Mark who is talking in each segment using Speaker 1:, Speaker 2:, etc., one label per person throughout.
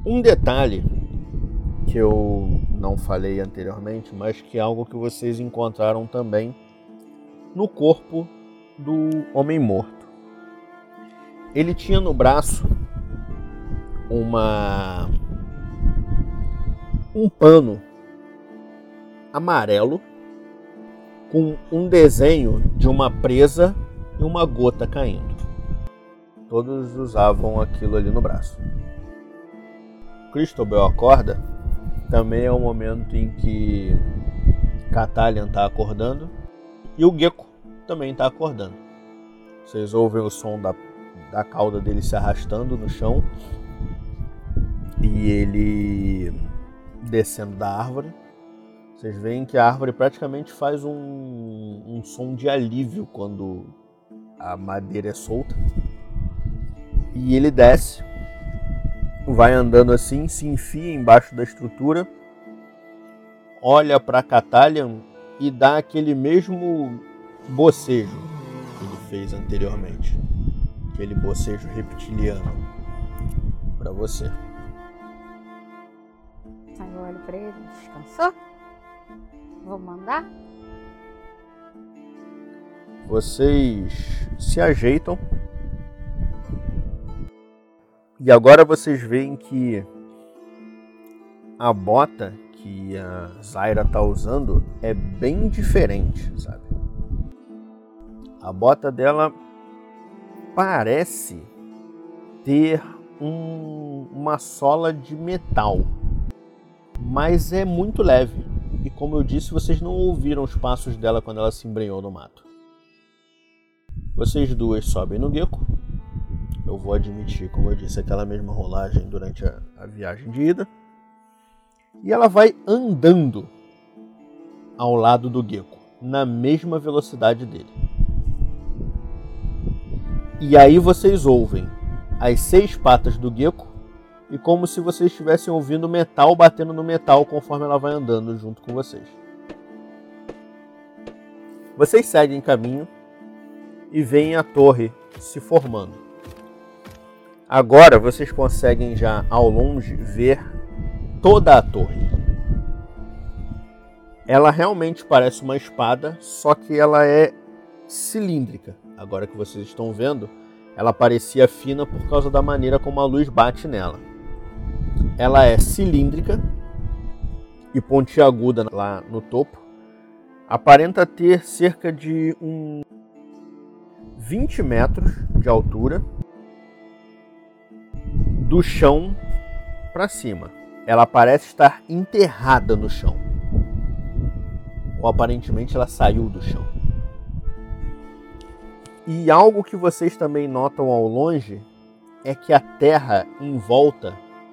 Speaker 1: Um detalhe que eu não falei anteriormente, mas que é algo que vocês encontraram também no corpo do homem morto. Ele tinha no braço um pano amarelo com um desenho de uma presa e uma gota caindo. Todos usavam aquilo ali no braço. Cristóbal acorda. Também é o momento em que Catalian está acordando e o Gecko também está acordando. Vocês ouvem o som da cauda dele se arrastando no chão e ele descendo da árvore. Vocês veem que a árvore praticamente faz um som de alívio quando a madeira é solta. E ele desce, vai andando assim, se enfia embaixo da estrutura, olha para Catalian e dá aquele mesmo bocejo que ele fez anteriormente. Aquele bocejo reptiliano para você.
Speaker 2: Aí eu olho para ele, descansou? Vou mandar?
Speaker 1: Vocês se ajeitam. E agora vocês veem que a bota que a Zaira tá usando é bem diferente, sabe? A bota dela parece ter uma sola de metal, mas é muito leve. E como eu disse, vocês não ouviram os passos dela quando ela se embrenhou no mato. Vocês duas sobem no Gecko. Eu vou admitir, como eu disse, aquela mesma rolagem durante a viagem de ida. E ela vai andando ao lado do Gecko, na mesma velocidade dele. E aí vocês ouvem as 6 patas do Gecko e como se vocês estivessem ouvindo metal batendo no metal conforme ela vai andando junto com vocês. Vocês seguem caminho e veem a torre se formando. Agora vocês conseguem já ao longe ver toda a torre. Ela realmente parece uma espada, só que ela é cilíndrica. Agora que vocês estão vendo, ela parecia fina por causa da maneira como a luz bate nela. Ela é cilíndrica e pontiaguda lá no topo. Aparenta ter cerca de 20 metros de altura do chão para cima. Ela parece estar enterrada no chão. Ou aparentemente ela saiu do chão. E algo que vocês também notam ao longe é que a terra em volta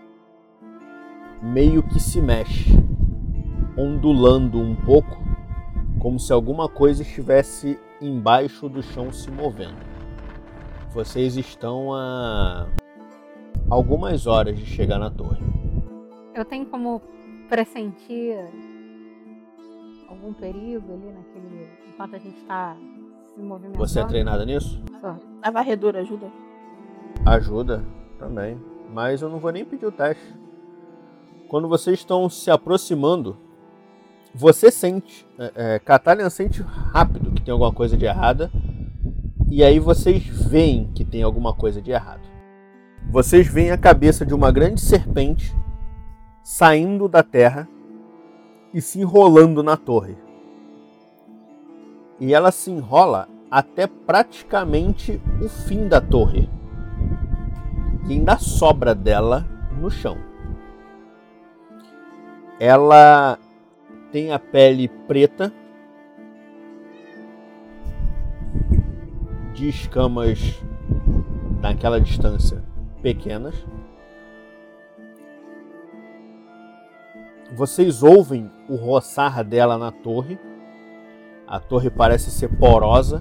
Speaker 1: meio que se mexe, ondulando um pouco, como se alguma coisa estivesse embaixo do chão se movendo. Vocês estão a algumas horas de chegar na torre.
Speaker 2: Eu tenho como pressentir algum perigo ali enquanto a gente está se movimentando?
Speaker 1: Você é treinada nisso?
Speaker 2: Só.
Speaker 3: A varredura ajuda?
Speaker 1: Ajuda também, mas eu não vou nem pedir o teste. Quando vocês estão se aproximando, você sente, Catalian sente rápido que tem alguma coisa de errada, e aí vocês veem que tem alguma coisa de errado. Vocês veem a cabeça de uma grande serpente saindo da terra e se enrolando na torre. E ela se enrola até praticamente o fim da torre. E ainda sobra dela no chão. Ela tem a pele preta, de escamas naquela distância pequenas. Vocês ouvem o roçar dela na torre. A torre parece ser porosa.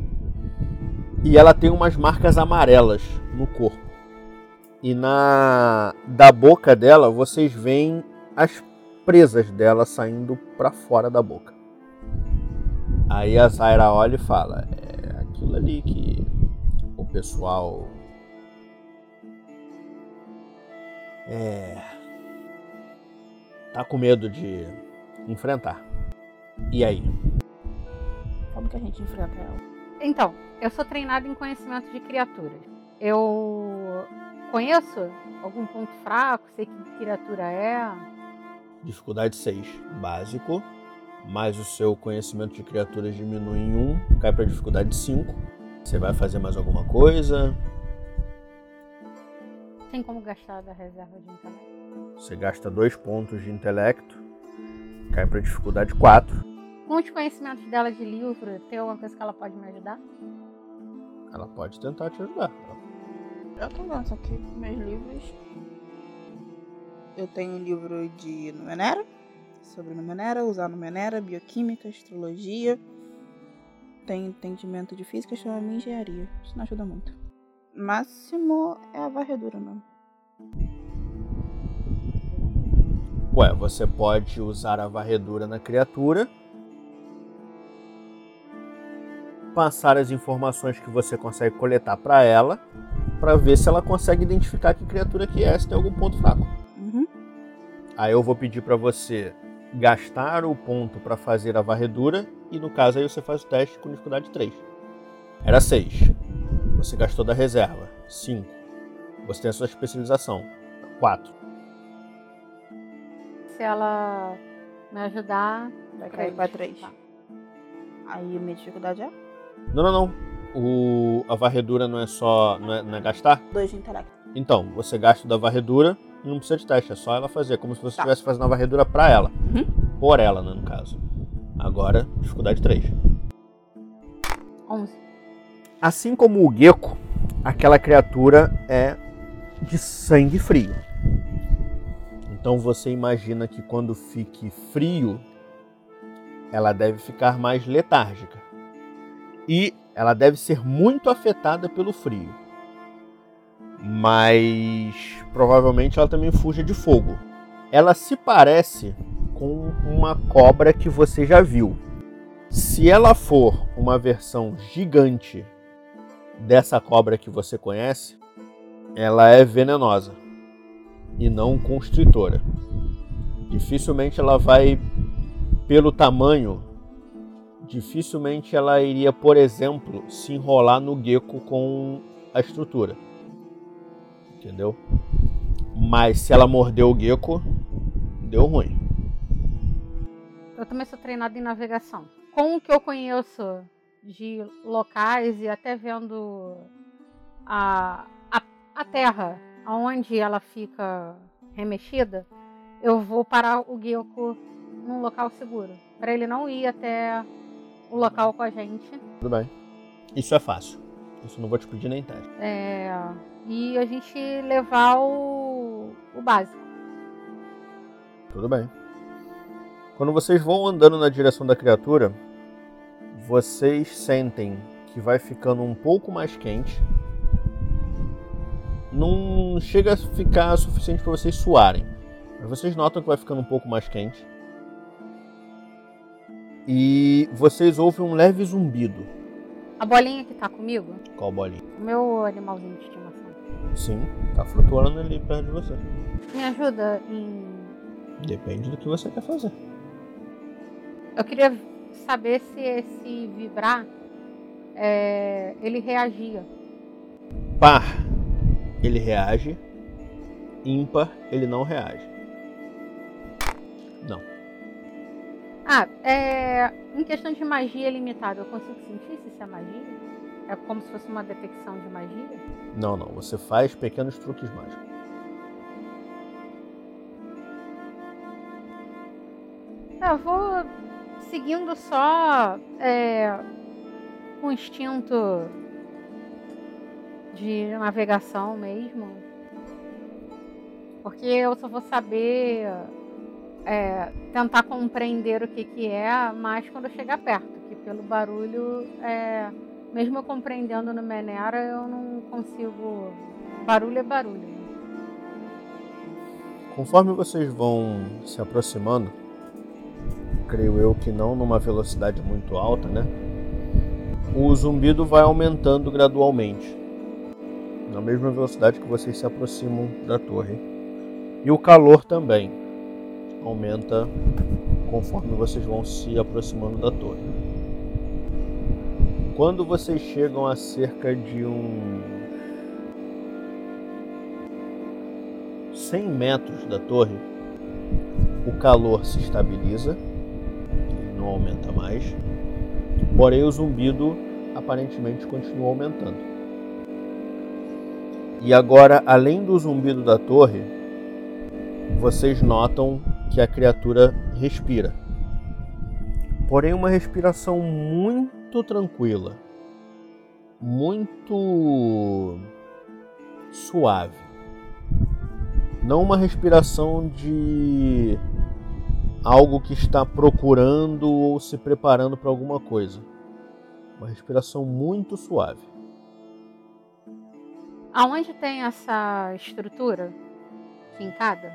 Speaker 1: E ela tem umas marcas amarelas no corpo. E da boca dela vocês veem as presas dela saindo para fora da boca. Aí a Zaira olha e fala: é aquilo ali que o pessoal Tá com medo de enfrentar. E aí?
Speaker 3: Como que a gente enfrenta ela?
Speaker 2: Então, eu sou treinada em conhecimento de criaturas. Eu conheço algum ponto fraco, sei que criatura é.
Speaker 1: Dificuldade 6, básico. Mas o seu conhecimento de criaturas diminui em 1, cai para dificuldade 5. Você vai fazer mais alguma coisa?
Speaker 2: Tem como gastar da reserva de intelecto?
Speaker 1: Você gasta 2 pontos de intelecto, cai para dificuldade 4.
Speaker 2: Com os conhecimentos dela de livro, tem alguma coisa que ela pode me ajudar?
Speaker 1: Ela pode tentar te ajudar.
Speaker 3: Eu tô vendo aqui meus livros. Eu tenho um livro de Numenera, sobre Numenera, usar Numenera, bioquímica, astrologia. Tenho entendimento de física, astronomia e engenharia. Isso não ajuda muito. Máximo é a varredura mesmo.
Speaker 1: Ué, você pode usar a varredura na criatura, passar as informações que você consegue coletar para ela, para ver se ela consegue identificar que criatura que é, se tem algum ponto fraco.
Speaker 3: Uhum.
Speaker 1: Aí eu vou pedir para você gastar o ponto para fazer a varredura e no caso aí você faz o teste com dificuldade 3. Era 6. Você gastou da reserva. 5. Você tem a sua especialização. 4.
Speaker 2: Se ela me ajudar,
Speaker 3: Vai cair pra 3.
Speaker 2: Tá.
Speaker 3: Aí a minha dificuldade é
Speaker 1: Não. A varredura não é gastar?
Speaker 3: 2 de intelecto.
Speaker 1: Então, você gasta o da varredura e não precisa de teste, é só ela fazer, como se você estivesse fazendo a varredura pra ela.
Speaker 3: Uhum.
Speaker 1: Por ela, né, no caso. Agora, dificuldade 3.
Speaker 2: 11.
Speaker 1: Assim como o gecko, aquela criatura é de sangue frio. Então você imagina que quando fique frio, ela deve ficar mais letárgica. E ela deve ser muito afetada pelo frio. Mas provavelmente ela também fuja de fogo. Ela se parece com uma cobra que você já viu. Se ela for uma versão gigante dessa cobra que você conhece, ela é venenosa e não constritora. Dificilmente ela vai, pelo tamanho, dificilmente ela iria, por exemplo, se enrolar no gecko com a estrutura. Entendeu? Mas se ela mordeu o gecko, deu ruim.
Speaker 2: Eu também sou treinada em navegação. Com o que eu conheço de locais e até vendo a terra, onde ela fica remexida, eu vou parar o gecko num local seguro, para ele não ir até o local com a gente.
Speaker 1: Tudo bem. Isso é fácil. Isso não vou te pedir nem teste.
Speaker 2: E a gente levar o básico.
Speaker 1: Tudo bem. Quando vocês vão andando na direção da criatura, vocês sentem que vai ficando um pouco mais quente. Não chega a ficar suficiente para vocês suarem, mas vocês notam que vai ficando um pouco mais quente. E vocês ouvem um leve zumbido.
Speaker 2: A bolinha que tá comigo?
Speaker 1: Qual bolinha?
Speaker 2: O meu animalzinho de estimação.
Speaker 1: Sim, tá flutuando ali perto de você.
Speaker 2: Me ajuda em...
Speaker 1: Depende do que você quer fazer.
Speaker 2: Eu queria saber se esse vibrar, ele reagia.
Speaker 1: Par, ele reage. Ímpar, ele não reage. Não.
Speaker 2: Em questão de magia limitada, eu consigo sentir se isso é magia? É como se fosse uma detecção de magia?
Speaker 1: Não. Você faz pequenos truques mágicos.
Speaker 2: Eu vou seguindo só o instinto de navegação mesmo. Porque eu só vou saber tentar compreender o que é mais quando eu chegar perto. Que pelo barulho, mesmo eu compreendendo no Numenera, eu não consigo... Barulho é barulho.
Speaker 1: Conforme vocês vão se aproximando, creio eu que não numa velocidade muito alta, né? O zumbido vai aumentando gradualmente, na mesma velocidade que vocês se aproximam da torre. E o calor também aumenta conforme vocês vão se aproximando da torre. Quando vocês chegam a cerca de 100 metros da torre, o calor se estabiliza, ele não aumenta mais, porém o zumbido aparentemente continua aumentando. E agora, além do zumbido da torre, vocês notam que a criatura respira. Porém, uma respiração muito tranquila, muito suave. Não uma respiração de algo que está procurando ou se preparando para alguma coisa. Uma respiração muito suave.
Speaker 2: Aonde tem essa estrutura fincada?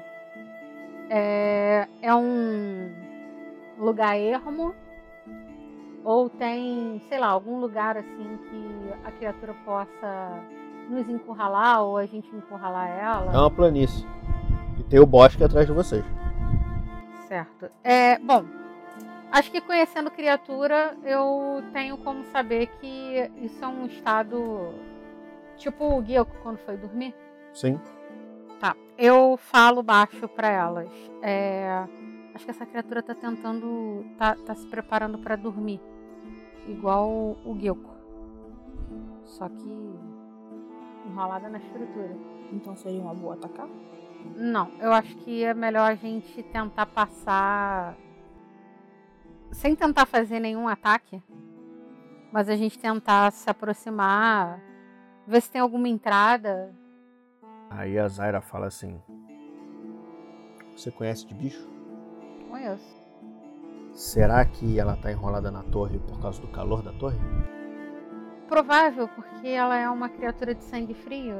Speaker 2: É um lugar ermo? Ou tem, sei lá, algum lugar assim que a criatura possa nos encurralar ou a gente encurralar ela?
Speaker 1: É uma planície. E tem o bosque atrás de vocês.
Speaker 2: Certo. Bom, acho que conhecendo criatura, eu tenho como saber que isso é um estado tipo o Gyoko quando foi dormir?
Speaker 1: Sim.
Speaker 2: Tá. Eu falo baixo pra elas. Acho que essa criatura tá tentando. tá se preparando pra dormir. Igual o Gyoko. Só que enrolada na estrutura.
Speaker 3: Então seria uma boa atacar?
Speaker 2: Não, eu acho que é melhor a gente tentar passar sem tentar fazer nenhum ataque, mas a gente tentar se aproximar, ver se tem alguma entrada.
Speaker 1: Aí a Zaira fala assim: você conhece de bicho?
Speaker 2: Conheço.
Speaker 1: Será que ela tá enrolada na torre por causa do calor da torre?
Speaker 2: Provável, porque ela é uma criatura de sangue frio.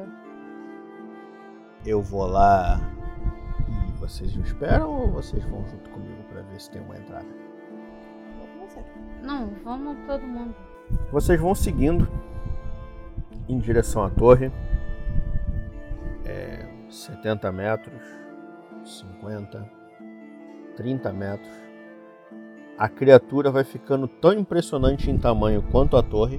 Speaker 1: Eu vou lá e vocês me esperam ou vocês vão junto comigo para ver se tem uma entrada?
Speaker 3: Vou com você.
Speaker 2: Não, vamos todo mundo.
Speaker 1: Vocês vão seguindo em direção à torre. 70 metros, 50, 30 metros. A criatura vai ficando tão impressionante em tamanho quanto a torre.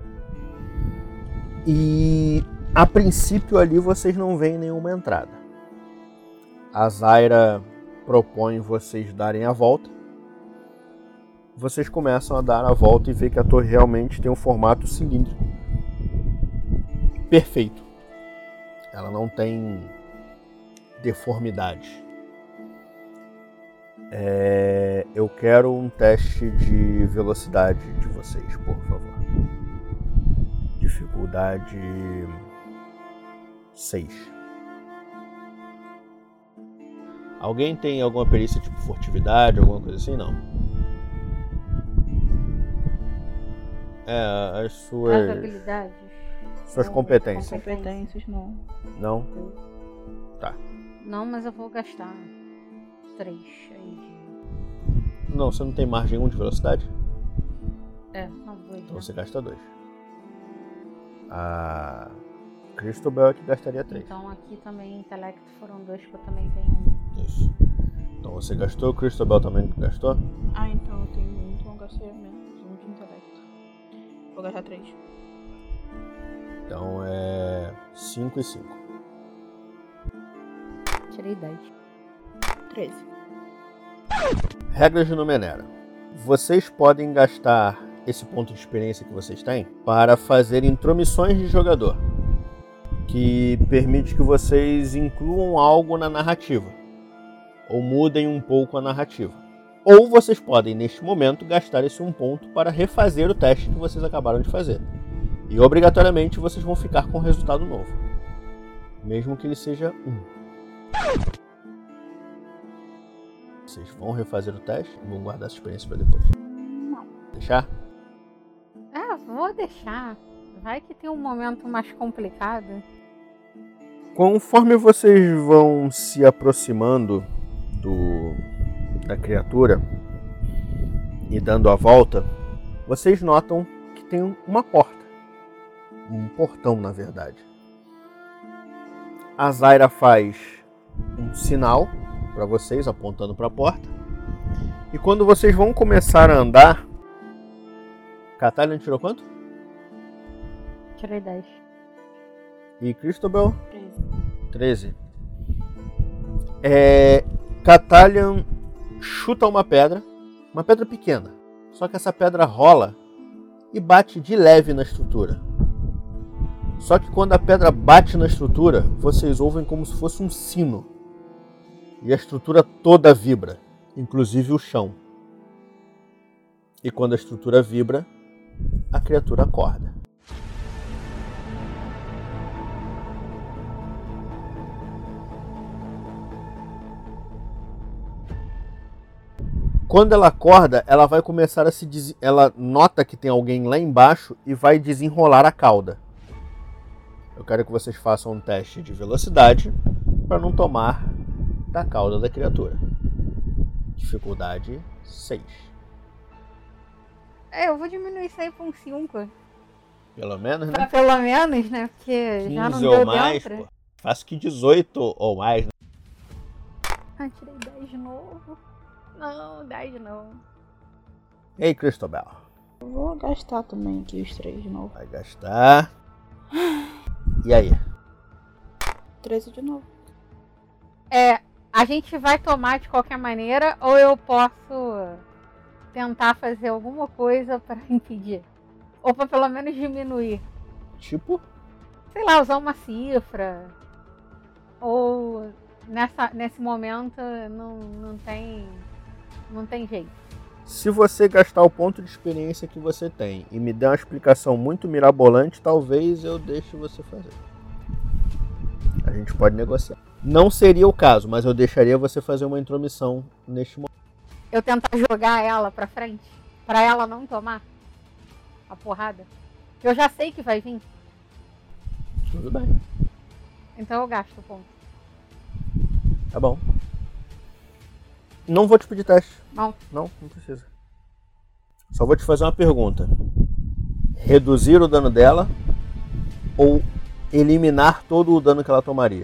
Speaker 1: E a princípio ali vocês não veem nenhuma entrada. A Zaira propõe vocês darem a volta. Vocês começam a dar a volta e ver que a torre realmente tem um formato cilíndrico perfeito. Ela não tem deformidade. Eu quero um teste de velocidade de vocês, por favor. Dificuldade 6. Alguém tem alguma perícia tipo furtividade, alguma coisa assim? Não. As suas...
Speaker 2: As habilidades.
Speaker 1: Suas competências.
Speaker 3: Competências, não.
Speaker 1: Não? Tá.
Speaker 2: Não, mas eu vou gastar 3 aí de...
Speaker 1: Não, você não tem margem 1 de velocidade?
Speaker 2: Não, 2.
Speaker 1: Então você gasta 2. A Cristobal é que gastaria 3.
Speaker 2: Então aqui também intelecto foram 2, que eu também tenho 1.
Speaker 1: Isso. Então você gastou, Cristobal também gastou?
Speaker 3: Então eu tenho 1, então eu gastei menos 1 de intelecto. Vou gastar 3.
Speaker 1: Então é 5 e 5.
Speaker 2: Tirei 10.
Speaker 3: 13.
Speaker 1: Regras de Numenera. Vocês podem gastar esse ponto de experiência que vocês têm para fazer intromissões de jogador, que permite que vocês incluam algo na narrativa ou mudem um pouco a narrativa. Ou vocês podem, neste momento, gastar esse 1 ponto para refazer o teste que vocês acabaram de fazer. E obrigatoriamente vocês vão ficar com resultado novo, mesmo que ele seja 1. Vocês vão refazer o teste e vão guardar essa experiência para depois?
Speaker 3: Não.
Speaker 1: Deixar?
Speaker 2: Vou deixar. Vai que tem um momento mais complicado.
Speaker 1: Conforme vocês vão se aproximando da criatura e dando a volta, vocês notam que tem uma porta. Um portão, na verdade. A Zaira faz um um sinal para vocês, apontando para a porta. E quando vocês vão começar a andar... Catalina tirou quanto?
Speaker 2: Tirei 10.
Speaker 1: E Cristobal?
Speaker 3: 13.
Speaker 1: 13. Catalian chuta uma pedra pequena. Só que essa pedra rola e bate de leve na estrutura. Só que quando a pedra bate na estrutura, vocês ouvem como se fosse um sino. E a estrutura toda vibra, inclusive o chão. E quando a estrutura vibra, a criatura acorda. Quando ela acorda, ela vai começar a ela nota que tem alguém lá embaixo e vai desenrolar a cauda. Eu quero que vocês façam um teste de velocidade para não tomar da cauda da criatura. Dificuldade 6.
Speaker 2: Eu vou diminuir isso aí pra um 5.
Speaker 1: Pelo menos, né?
Speaker 2: Pelo menos, né? Porque
Speaker 1: 15
Speaker 2: já não
Speaker 1: ou
Speaker 2: deu
Speaker 1: mais,
Speaker 2: dentro.
Speaker 1: pô. Faço que 18 ou mais, né?
Speaker 2: Ai, tirei 10 de novo. Não, 10 de novo.
Speaker 1: Ei, Cristobal.
Speaker 3: Eu vou gastar também aqui os 3 de novo.
Speaker 1: Vai gastar. E aí?
Speaker 3: 13 de novo.
Speaker 2: A gente vai tomar de qualquer maneira ou eu posso tentar fazer alguma coisa pra impedir? Ou pra pelo menos diminuir?
Speaker 1: Tipo?
Speaker 2: Sei lá, usar uma cifra. Ou nesse momento não tem jeito.
Speaker 1: Se você gastar o ponto de experiência que você tem e me der uma explicação muito mirabolante, talvez eu deixe você fazer. A gente pode negociar. Não seria o caso, mas eu deixaria você fazer uma intromissão neste momento.
Speaker 2: Eu tentar jogar ela pra frente? Pra ela não tomar a porrada? Eu já sei que vai vir.
Speaker 1: Tudo bem.
Speaker 2: Então eu gasto o ponto.
Speaker 1: Tá bom. Não vou te pedir teste.
Speaker 2: Não.
Speaker 1: Não precisa. Só vou te fazer uma pergunta. Reduzir o dano dela ou eliminar todo o dano que ela tomaria?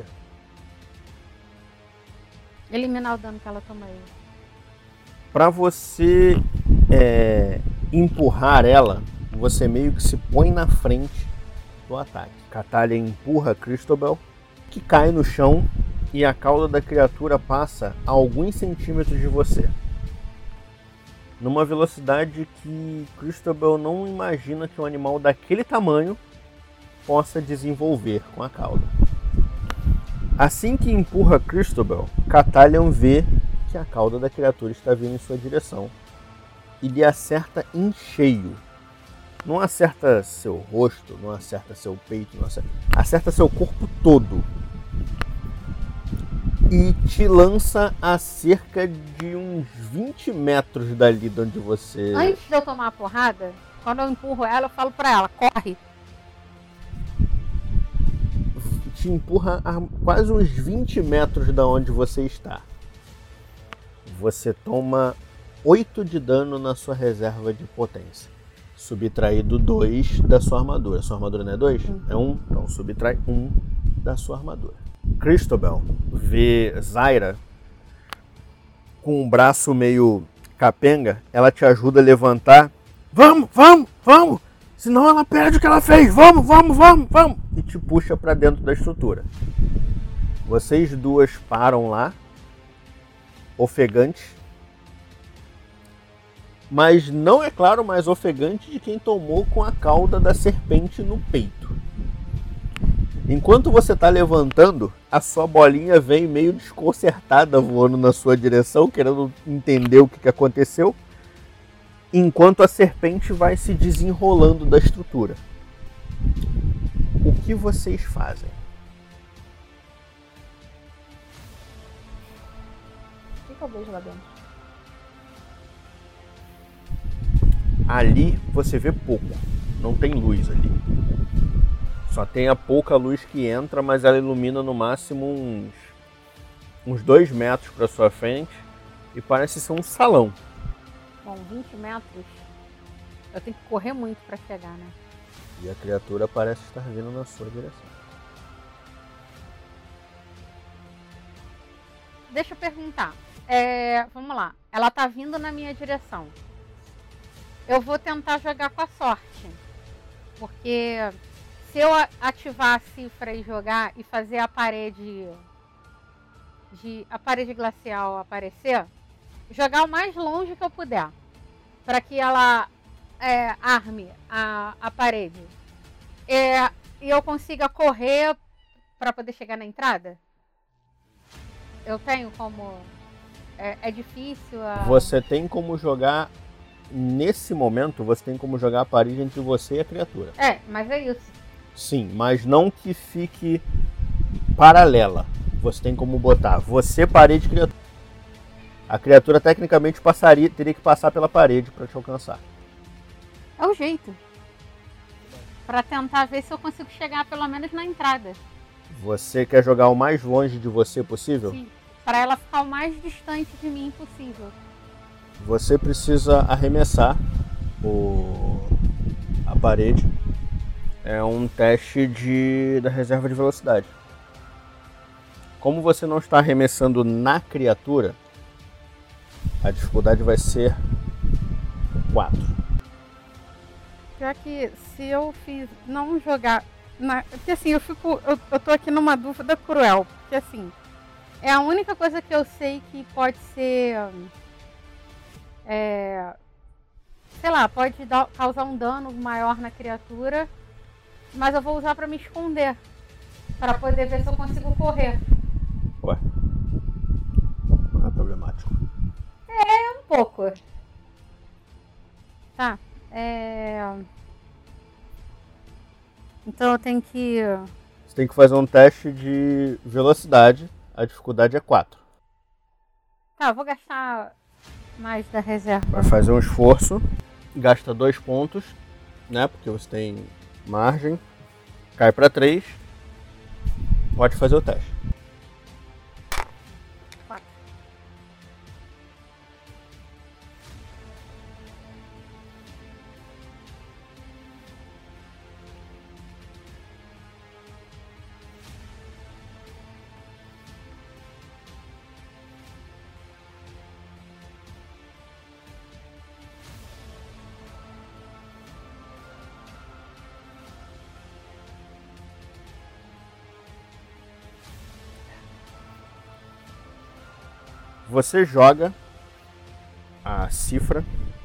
Speaker 2: Eliminar o dano que ela tomaria.
Speaker 1: Pra você empurrar ela, você meio que se põe na frente do ataque. Catalia empurra Cristobal, que cai no chão e a cauda da criatura passa a alguns centímetros de você. Numa velocidade que Cristobal não imagina que um animal daquele tamanho possa desenvolver com a cauda. Assim que empurra Cristobal, Catalian vê que a cauda da criatura está vindo em sua direção e lhe acerta em cheio. Não acerta seu rosto, não acerta seu peito, não acerta seu corpo todo. E te lança a cerca de uns 20 metros dali de onde você...
Speaker 2: Antes de eu tomar a porrada, quando eu empurro ela, eu falo pra ela, corre.
Speaker 1: Te empurra a quase uns 20 metros da onde você está. Você toma 8 de dano na sua reserva de potência. Subtraído 2 da sua armadura. Sua armadura não é 2? É 1. Então subtrai 1 da sua armadura. Cristobal vê Zaira com um braço meio capenga. Ela te ajuda a levantar. Vamos! Senão ela perde o que ela fez. Vamos! E te puxa para dentro da estrutura. Vocês duas param lá, ofegantes. Mas não é claro mais ofegante de quem tomou com a cauda da serpente no peito. Enquanto você está levantando, a sua bolinha vem meio desconcertada voando na sua direção, querendo entender o que aconteceu, enquanto a serpente vai se desenrolando da estrutura. O que vocês fazem?
Speaker 3: O que eu vejo lá dentro?
Speaker 1: Ali você vê pouco, não tem luz ali. Só tem a pouca luz que entra, mas ela ilumina no máximo uns 2 metros para sua frente e parece ser um salão.
Speaker 2: Bom, 20 metros, eu tenho que correr muito para chegar, né?
Speaker 1: E a criatura parece estar vindo na sua direção.
Speaker 2: deixa eu perguntar. Vamos lá. Ela tá vindo na minha direção. Eu vou tentar jogar com a sorte. Porque se eu ativar a cifra e jogar e fazer a parede glacial aparecer, jogar o mais longe que eu puder. Para que ela arme a parede. E eu consiga correr para poder chegar na entrada? Eu tenho como... É difícil...
Speaker 1: Você tem como jogar... Nesse momento, você tem como jogar a parede entre você e a criatura.
Speaker 2: Mas é isso.
Speaker 1: Sim, mas não que fique paralela. Você tem como botar você, parede, criatura. A criatura tecnicamente teria que passar pela parede para te alcançar.
Speaker 2: É o jeito. Para tentar ver se eu consigo chegar pelo menos na entrada.
Speaker 1: Você quer jogar o mais longe de você possível?
Speaker 2: Sim, para ela ficar o mais distante de mim possível.
Speaker 1: Você precisa arremessar a parede. É um teste da reserva de velocidade. Como você não está arremessando na criatura, a dificuldade vai ser 4.
Speaker 2: Pior que se eu não jogar... Porque assim, eu tô aqui numa dúvida cruel. Porque assim, é a única coisa que eu sei que pode ser... sei lá, pode causar um dano maior na criatura. Mas eu vou usar pra me esconder. Pra poder ver se eu consigo correr.
Speaker 1: Ué. Não é problemático.
Speaker 2: Um pouco. Tá. Então eu tenho que...
Speaker 1: Você tem que fazer um teste de velocidade. A dificuldade é 4.
Speaker 2: Tá, eu vou gastar mais da reserva.
Speaker 1: Vai fazer um esforço. Gasta 2 pontos, né? Porque você tem margem. Cai para 3. Pode fazer o teste.
Speaker 2: 4.
Speaker 1: Você joga a cifra,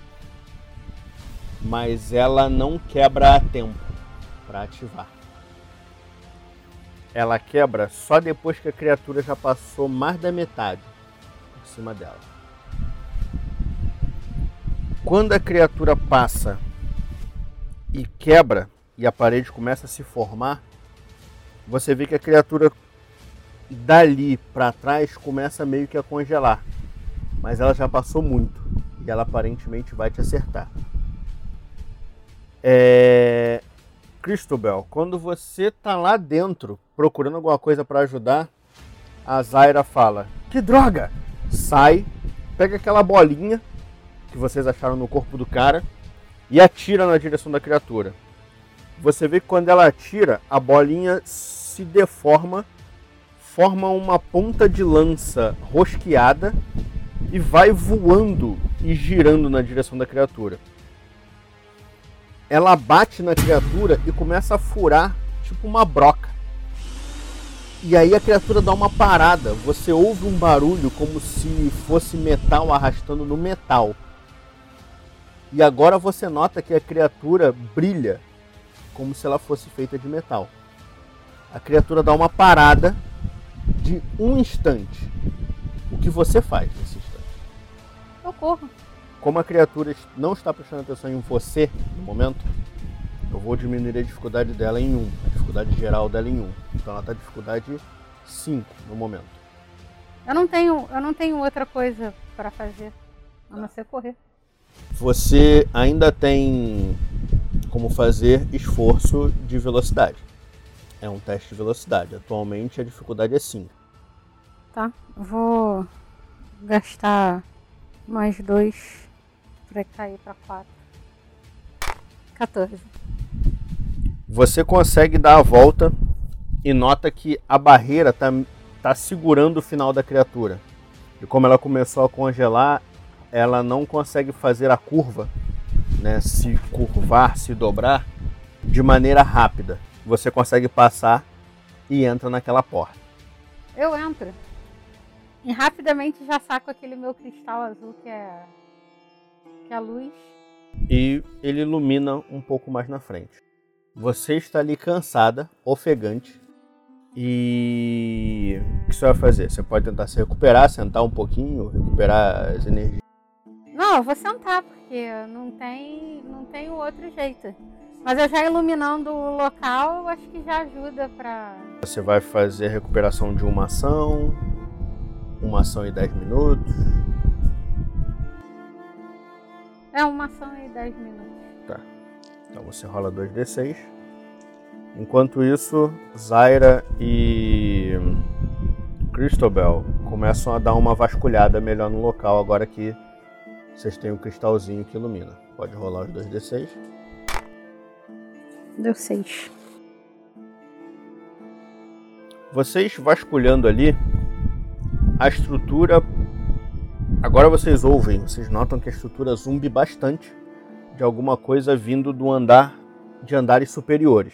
Speaker 1: mas ela não quebra a tempo para ativar. Ela quebra só depois que a criatura já passou mais da metade por cima dela. Quando a criatura passa e quebra e a parede começa a se formar, você vê que a criatura dali para trás começa meio que a congelar, mas ela já passou muito e ela aparentemente vai te acertar. Cristobal, quando você tá lá dentro procurando alguma coisa para ajudar, a Zaira fala: que droga! Sai, pega aquela bolinha que vocês acharam no corpo do cara e atira na direção da criatura. Você vê que quando ela atira, a bolinha se deforma, forma uma ponta de lança rosqueada e vai voando e girando na direção da criatura. Ela bate na criatura e começa a furar tipo uma broca. E aí a criatura dá uma parada. Você ouve um barulho como se fosse metal arrastando no metal. E agora você nota que a criatura brilha como se ela fosse feita de metal. A criatura dá uma parada de um instante. O que você faz nesse instante?
Speaker 2: Eu corro.
Speaker 1: Como a criatura não está prestando atenção em você no momento, eu vou diminuir a dificuldade dela em 1. A dificuldade geral dela em 1. Então ela está dificuldade 5 no momento.
Speaker 2: Eu não tenho outra coisa para fazer, a não ser correr.
Speaker 1: Você ainda tem como fazer esforço de velocidade. É um teste de velocidade. Atualmente a dificuldade é 5.
Speaker 2: Tá, vou gastar mais 2 para cair para 4. 14.
Speaker 1: Você consegue dar a volta e nota que a barreira tá segurando o final da criatura. E como ela começou a congelar, ela não consegue fazer a curva, né, se curvar, se dobrar de maneira rápida. Você consegue passar e entra naquela porta.
Speaker 2: Eu entro. E rapidamente já saco aquele meu cristal azul que é a luz.
Speaker 1: E ele ilumina um pouco mais na frente. Você está ali cansada, ofegante. E o que você vai fazer? Você pode tentar se recuperar, sentar um pouquinho, recuperar as energias.
Speaker 2: Não, eu vou sentar, porque não tem outro jeito. Mas eu já iluminando o local, eu acho que já ajuda pra...
Speaker 1: Você vai fazer a recuperação de uma ação e 10 minutos.
Speaker 2: É, uma ação e 10 minutos.
Speaker 1: Tá. Então você rola 2d6. Enquanto isso, Zaira e Christobel começam a dar uma vasculhada melhor no local, agora que vocês têm um cristalzinho que ilumina. Pode rolar os 2d6.
Speaker 2: Deu 6.
Speaker 1: Vocês vasculhando ali, a estrutura... Agora vocês ouvem, vocês notam que a estrutura zumbi bastante de alguma coisa vindo do de andares superiores.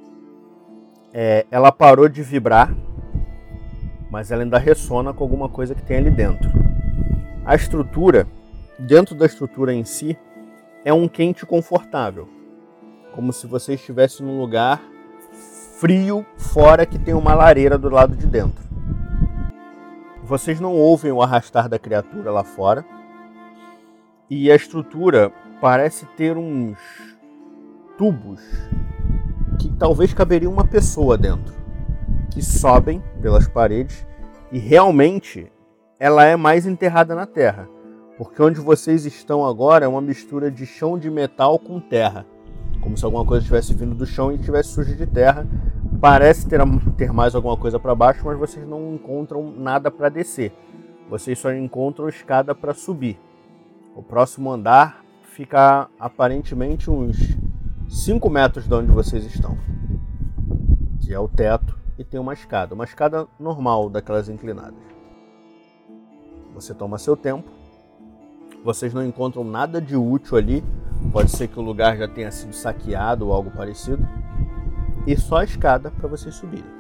Speaker 1: Ela parou de vibrar, mas ela ainda ressona com alguma coisa que tem ali dentro. A estrutura, dentro da estrutura em si, é um quente confortável. Como se você estivesse num lugar frio fora que tem uma lareira do lado de dentro. Vocês não ouvem o arrastar da criatura lá fora. E a estrutura parece ter uns tubos que talvez caberia uma pessoa dentro, que sobem pelas paredes e realmente ela é mais enterrada na terra, porque onde vocês estão agora é uma mistura de chão de metal com terra, como se alguma coisa estivesse vindo do chão e estivesse suja de terra. Parece ter mais alguma coisa para baixo, mas vocês não encontram nada para descer. Vocês só encontram escada para subir. O próximo andar fica aparentemente uns 5 metros de onde vocês estão, que é o teto, e tem uma escada normal, daquelas inclinadas. Você toma seu tempo, vocês não encontram nada de útil ali, pode ser que o lugar já tenha sido saqueado ou algo parecido, e só a escada para vocês subirem.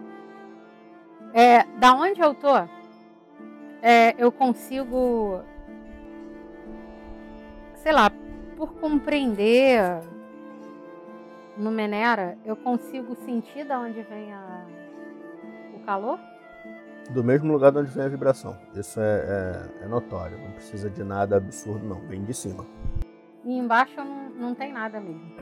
Speaker 2: Da onde eu tô, eu consigo, sei lá, por compreender no Menera, eu consigo sentir de onde vem o calor?
Speaker 1: Do mesmo lugar de onde vem a vibração. Isso é notório, não precisa de nada absurdo não, vem de cima.
Speaker 2: E embaixo não tem nada mesmo.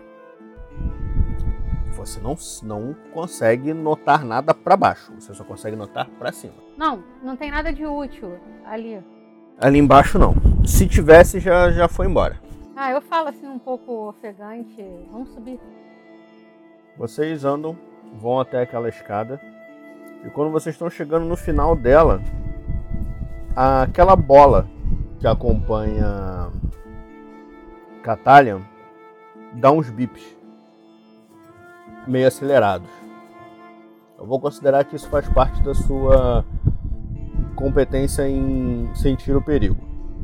Speaker 1: Você não consegue notar nada para baixo, você só consegue notar para cima.
Speaker 2: Não tem nada de útil ali.
Speaker 1: Ali embaixo não. Se tivesse, já foi embora.
Speaker 2: Eu falo assim um pouco ofegante, vamos subir.
Speaker 1: Vocês vão até aquela escada, e quando vocês estão chegando no final dela, aquela bola que acompanha Catalian dá uns bips meio acelerados. Eu vou considerar que isso faz parte da sua competência em sentir o perigo.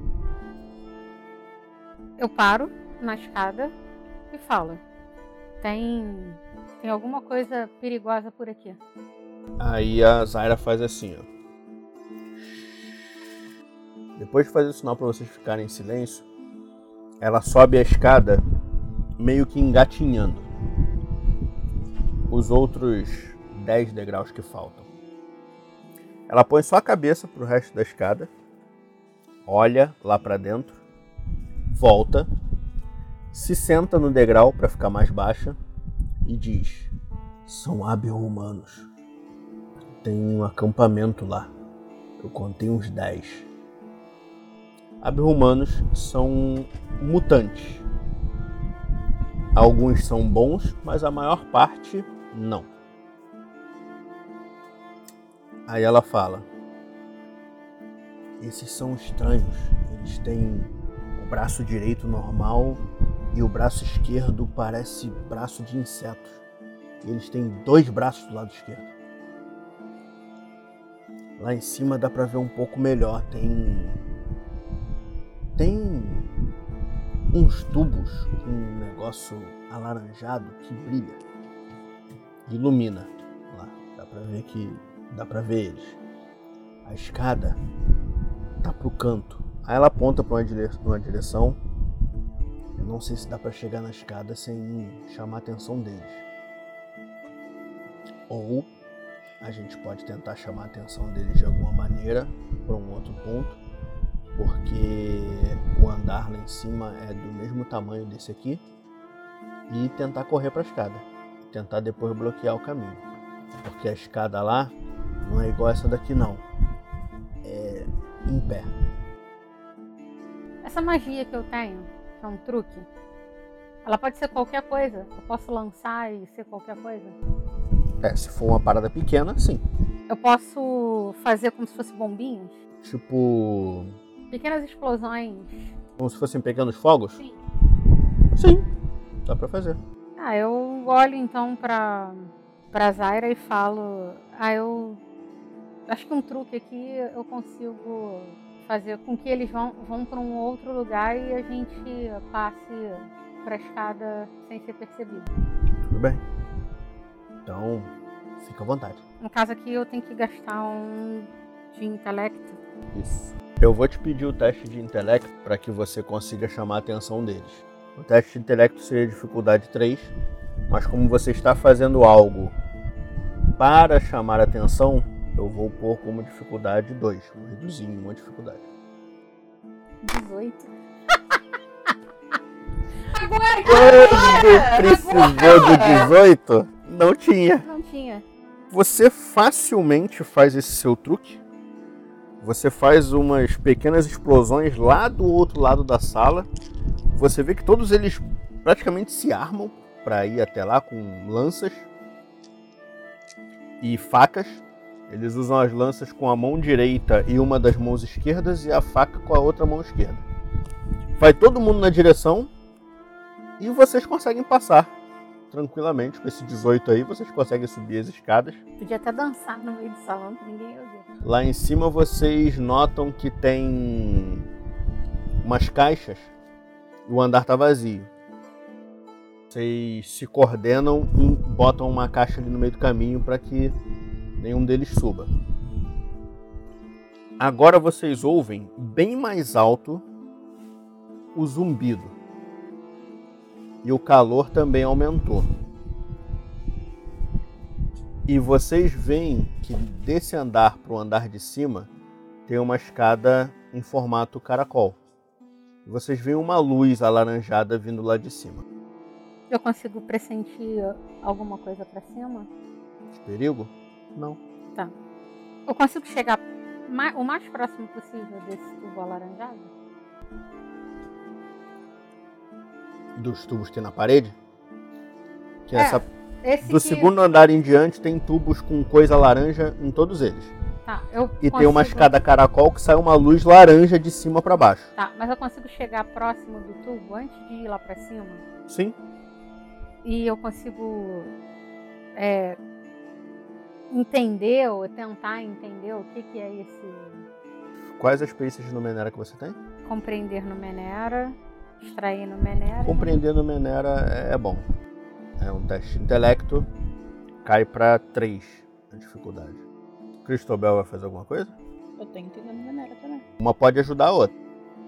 Speaker 2: Eu paro na escada e falo: tem alguma coisa perigosa por aqui.
Speaker 1: Aí a Zaira faz assim, ó. Depois de fazer o sinal para vocês ficarem em silêncio, ela sobe a escada meio que engatinhando os outros 10 degraus que faltam. Ela põe só a cabeça pro resto da escada, olha lá para dentro, volta, se senta no degrau para ficar mais baixa e diz: são Ab-humanos. Tem um acampamento lá. Eu contei uns 10. Ab-humanos são mutantes. Alguns são bons, mas a maior parte não. Aí ela fala: esses são estranhos. Eles têm o braço direito normal e o braço esquerdo parece braço de insetos. E eles têm 2 braços do lado esquerdo. Lá em cima dá pra ver um pouco melhor. Tem uns tubos com um negócio alaranjado que brilha. Ilumina lá. Dá pra ver eles. A escada tá pro canto. Aí ela aponta pra uma direção. Eu não sei se dá pra chegar na escada sem chamar a atenção deles. Ou a gente pode tentar chamar a atenção deles de alguma maneira para um outro ponto, porque o andar lá em cima é do mesmo tamanho desse aqui, e tentar correr para a escada, tentar depois bloquear o caminho, porque a escada lá não é igual essa daqui não, é em pé.
Speaker 2: Essa magia que eu tenho, que é um truque, ela pode ser qualquer coisa. Eu posso lançar e ser qualquer coisa?
Speaker 1: Se for uma parada pequena, sim.
Speaker 2: Eu posso fazer como se fossem bombinhos?
Speaker 1: Tipo...
Speaker 2: pequenas explosões.
Speaker 1: Como se fossem pequenos fogos?
Speaker 2: Sim.
Speaker 1: Sim, dá pra fazer.
Speaker 2: Eu olho então pra Zaira e falo... eu acho que um truque aqui eu consigo fazer com que eles vão pra um outro lugar e a gente passe pra escada sem ser percebido.
Speaker 1: Tudo bem. Então, fica à vontade.
Speaker 2: No caso aqui eu tenho que gastar um de intelecto.
Speaker 1: Isso. Eu vou te pedir o teste de intelecto para que você consiga chamar a atenção deles. O teste de intelecto seria dificuldade 3, mas como você está fazendo algo para chamar a atenção, eu vou pôr como dificuldade 2. Vou reduzir em uma dificuldade.
Speaker 2: 18.
Speaker 1: Quando precisou do 18, não tinha.
Speaker 2: Não tinha.
Speaker 1: Você facilmente faz esse seu truque. Você faz umas pequenas explosões lá do outro lado da sala. Você vê que todos eles praticamente se armam para ir até lá com lanças e facas. Eles usam as lanças com a mão direita e uma das mãos esquerdas e a faca com a outra mão esquerda. Vai todo mundo na direção e vocês conseguem passar tranquilamente. Com esse 18 aí, vocês conseguem subir as escadas.
Speaker 2: Podia até dançar no meio do salão que ninguém ia ver.
Speaker 1: Lá em cima vocês notam que tem umas caixas e o andar tá vazio. Vocês se coordenam e botam uma caixa ali no meio do caminho para que nenhum deles suba. Agora vocês ouvem bem mais alto o zumbido. E o calor também aumentou. E vocês veem que desse andar para o andar de cima tem uma escada em formato caracol. E vocês veem uma luz alaranjada vindo lá de cima.
Speaker 2: Eu consigo pressentir alguma coisa pra cima?
Speaker 1: De perigo? Não.
Speaker 2: Tá. Eu consigo chegar o mais próximo possível desse tubo alaranjado?
Speaker 1: Dos tubos que tem na parede? Que do
Speaker 2: que...
Speaker 1: segundo andar em diante tem tubos com coisa laranja em todos eles.
Speaker 2: Tá,
Speaker 1: tem uma escada caracol que sai uma luz laranja de cima para baixo.
Speaker 2: Tá, mas eu consigo chegar próximo do tubo antes de ir lá pra cima?
Speaker 1: Sim.
Speaker 2: E eu consigo entender ou tentar entender o que é esse...
Speaker 1: Quais as perícias de Numenera que você tem?
Speaker 2: Compreender Numenera, extrair Numenera.
Speaker 1: Compreender Numenera é bom. É um teste de intelecto, cai para 3 a dificuldade. Cristobel vai fazer alguma coisa?
Speaker 3: Eu tenho que entender Numenera também.
Speaker 1: Uma pode ajudar a outra.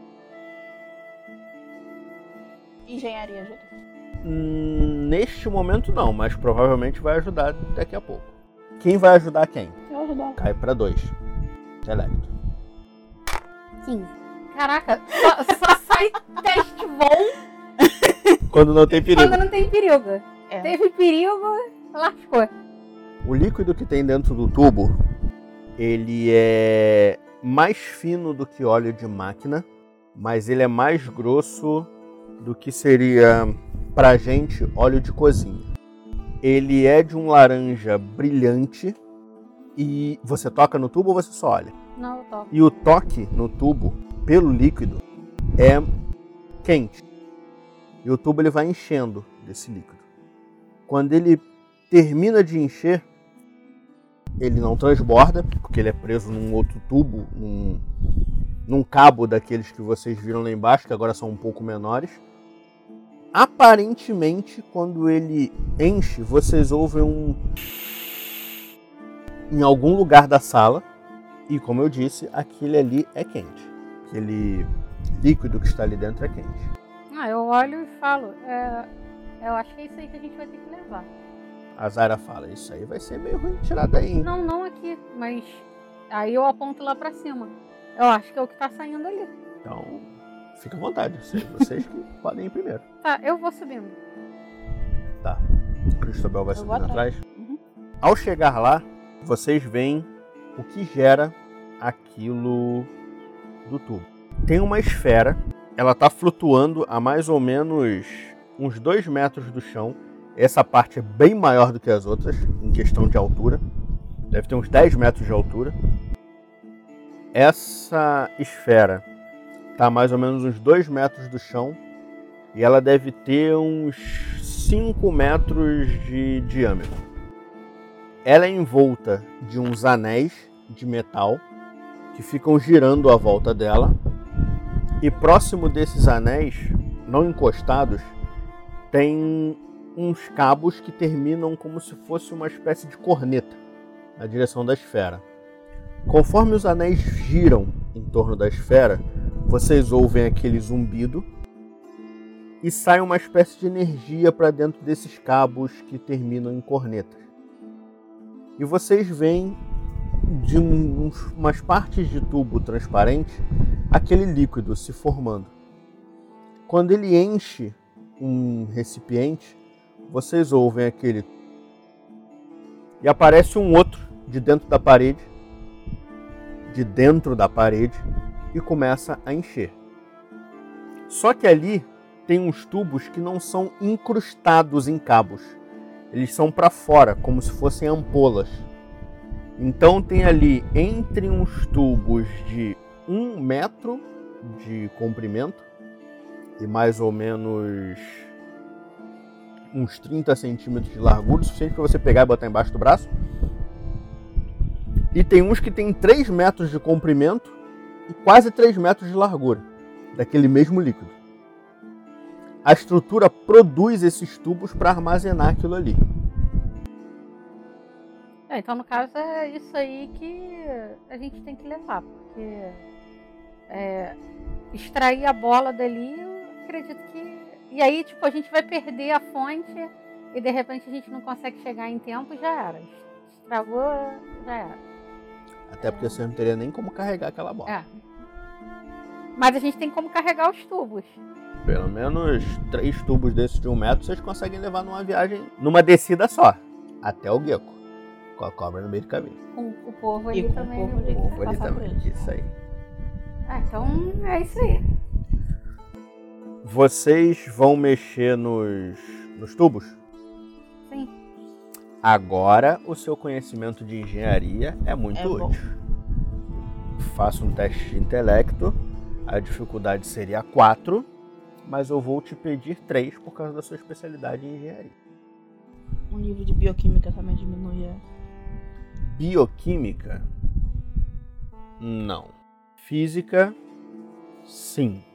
Speaker 3: Engenharia ajuda?
Speaker 1: Neste momento não, mas provavelmente vai ajudar daqui a pouco. Quem vai ajudar quem?
Speaker 3: Eu vou ajudar.
Speaker 1: Cai para 2. Intelecto.
Speaker 2: 15. Caraca, só sai teste bom
Speaker 1: quando não tem perigo.
Speaker 2: Quando não tem perigo. Teve perigo, lascou.
Speaker 1: O líquido que tem dentro do tubo, ele é mais fino do que óleo de máquina, mas ele é mais grosso do que seria pra gente óleo de cozinha. Ele é de um laranja brilhante e você toca no tubo ou você só olha?
Speaker 2: Não, eu toco.
Speaker 1: E o toque no tubo, pelo líquido, é quente. E o tubo ele vai enchendo desse líquido. Quando ele termina de encher, ele não transborda, porque ele é preso num outro tubo, num cabo daqueles que vocês viram lá embaixo, que agora são um pouco menores. Aparentemente, quando ele enche, vocês ouvem em algum lugar da sala, e como eu disse, aquele ali é quente. Aquele líquido que está ali dentro é quente.
Speaker 2: Eu olho e falo, eu acho que é isso aí que a gente vai ter que levar.
Speaker 1: A Zaira fala, isso aí vai ser meio ruim de tirar daí, hein?
Speaker 2: Não aqui, mas aí eu aponto lá pra cima. Eu acho que é o que tá saindo ali.
Speaker 1: Então, fica à vontade, vocês que podem ir primeiro.
Speaker 2: Tá, eu vou subindo.
Speaker 1: Tá, o Cristóbal vai subindo atrás.
Speaker 2: Uhum.
Speaker 1: Ao chegar lá, vocês veem o que gera aquilo do tubo. Tem uma esfera, ela tá flutuando a mais ou menos uns 2 metros do chão. Essa parte é bem maior do que as outras, em questão de altura. Deve ter uns 10 metros de altura. Essa esfera está a mais ou menos uns 2 metros do chão. E ela deve ter uns 5 metros de diâmetro. Ela é envolta de uns anéis de metal que ficam girando à volta dela. E próximo desses anéis, não encostados, tem uns cabos que terminam como se fosse uma espécie de corneta na direção da esfera. Conforme os anéis giram em torno da esfera, vocês ouvem aquele zumbido e sai uma espécie de energia para dentro desses cabos que terminam em cornetas. E vocês veem de umas partes de tubo transparente aquele líquido se formando. Quando ele enche um recipiente, vocês ouvem aquele e aparece um outro de dentro da parede e começa a encher. Só que ali tem uns tubos que não são incrustados em cabos. Eles são para fora, como se fossem ampolas. Então tem ali entre uns tubos de 1 metro de comprimento e mais ou menos uns 30 centímetros de largura, o suficiente para você pegar e botar embaixo do braço. E tem uns que tem 3 metros de comprimento e quase 3 metros de largura, daquele mesmo líquido. A estrutura produz esses tubos para armazenar aquilo ali.
Speaker 2: Então, no caso, é isso aí que a gente tem que levar, porque extrair a bola dali, eu acredito que... E aí, tipo, a gente vai perder a fonte e, de repente, a gente não consegue chegar em tempo e já era. Estragou, já era.
Speaker 1: Até porque você não teria nem como carregar aquela bola.
Speaker 2: Mas a gente tem como carregar os tubos.
Speaker 1: Pelo menos 3 tubos desses de 1 metro vocês conseguem levar numa viagem, numa descida só, até o Gecko. Com a cobra no meio do caminho.
Speaker 2: Com o povo ali também.
Speaker 1: O povo ali também, isso aí.
Speaker 2: Então é isso aí.
Speaker 1: Vocês vão mexer nos tubos?
Speaker 2: Sim.
Speaker 1: Agora o seu conhecimento de engenharia é muito útil. Faça um teste de intelecto. A dificuldade seria 4, mas eu vou te pedir 3 por causa da sua especialidade em engenharia.
Speaker 3: Um livro de bioquímica também diminui
Speaker 1: Bioquímica? Não. Física? Sim.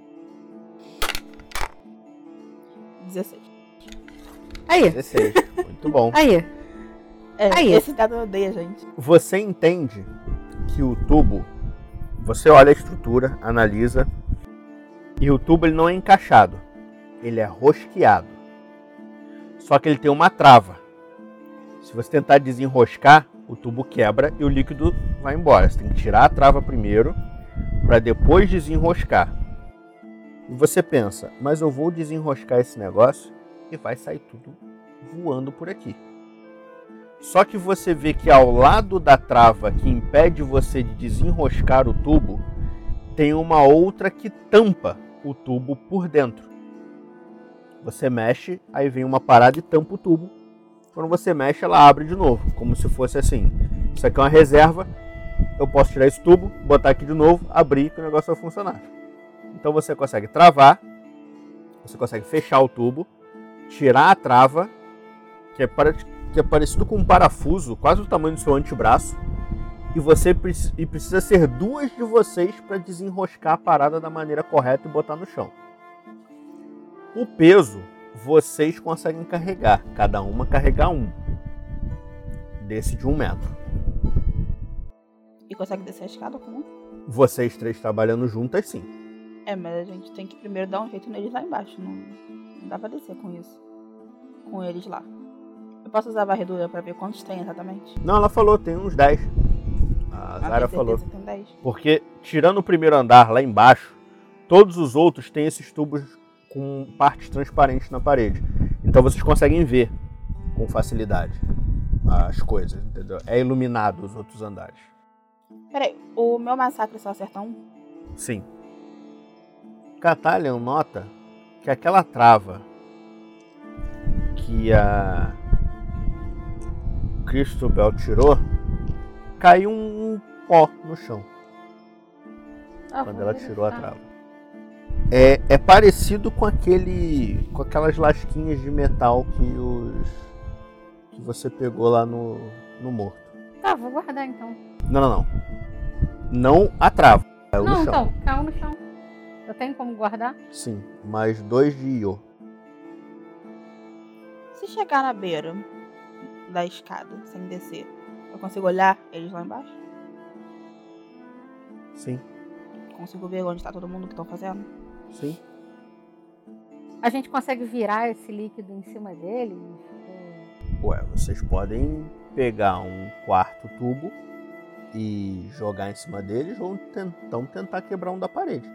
Speaker 3: 16.
Speaker 2: Aí.
Speaker 1: 16. Muito bom.
Speaker 2: Aí.
Speaker 3: Esse dado odeia, gente.
Speaker 1: Você entende que o tubo, você olha a estrutura, analisa, e o tubo ele não é encaixado, ele é rosqueado. Só que ele tem uma trava. Se você tentar desenroscar, o tubo quebra e o líquido vai embora. Você tem que tirar a trava primeiro, para depois desenroscar. E você pensa, mas eu vou desenroscar esse negócio e vai sair tudo voando por aqui. Só que você vê que ao lado da trava que impede você de desenroscar o tubo, tem uma outra que tampa o tubo por dentro. Você mexe, aí vem uma parada e tampa o tubo. Quando você mexe, ela abre de novo, como se fosse assim. Isso aqui é uma reserva, eu posso tirar esse tubo, botar aqui de novo, abrir, que o negócio vai funcionar. Então você consegue travar, você consegue fechar o tubo, tirar a trava, que é que é parecido com um parafuso, quase do tamanho do seu antebraço, e precisa ser 2 de vocês para desenroscar a parada da maneira correta e botar no chão. O peso vocês conseguem carregar, cada uma carregar um desse de 1 metro.
Speaker 3: E consegue descer a escada com um?
Speaker 1: Vocês 3 trabalhando juntas, sim.
Speaker 3: Mas a gente tem que primeiro dar um jeito neles lá embaixo. Não dá pra descer com isso. Com eles lá. Eu posso usar a varredura pra ver quantos tem exatamente?
Speaker 1: Não, ela falou, tem uns 10. A Zara falou.
Speaker 3: Tem 10.
Speaker 1: Porque, tirando o primeiro andar lá embaixo, todos os outros têm esses tubos com partes transparentes na parede. Então vocês conseguem ver com facilidade as coisas, entendeu? É iluminado os outros andares.
Speaker 3: Peraí, o meu massacre só acerta um?
Speaker 1: Sim. Catalion nota que aquela trava que a Cristobal tirou, caiu um pó no chão quando ela tirou a trava. É parecido com aquelas lasquinhas de metal que você pegou lá no morto.
Speaker 2: Tá, vou guardar então.
Speaker 1: Não. Não a trava. Caiu no chão.
Speaker 2: Então, caiu no chão. Eu tenho como guardar?
Speaker 1: Sim, mais 2 de Io.
Speaker 3: Se chegar na beira da escada, sem descer, eu consigo olhar eles lá embaixo?
Speaker 1: Sim.
Speaker 3: Consigo ver onde está todo mundo que estão fazendo?
Speaker 1: Sim.
Speaker 2: A gente consegue virar esse líquido em cima deles?
Speaker 1: Ué, vocês podem pegar um 4º tubo e jogar em cima deles ou tentar quebrar um da parede.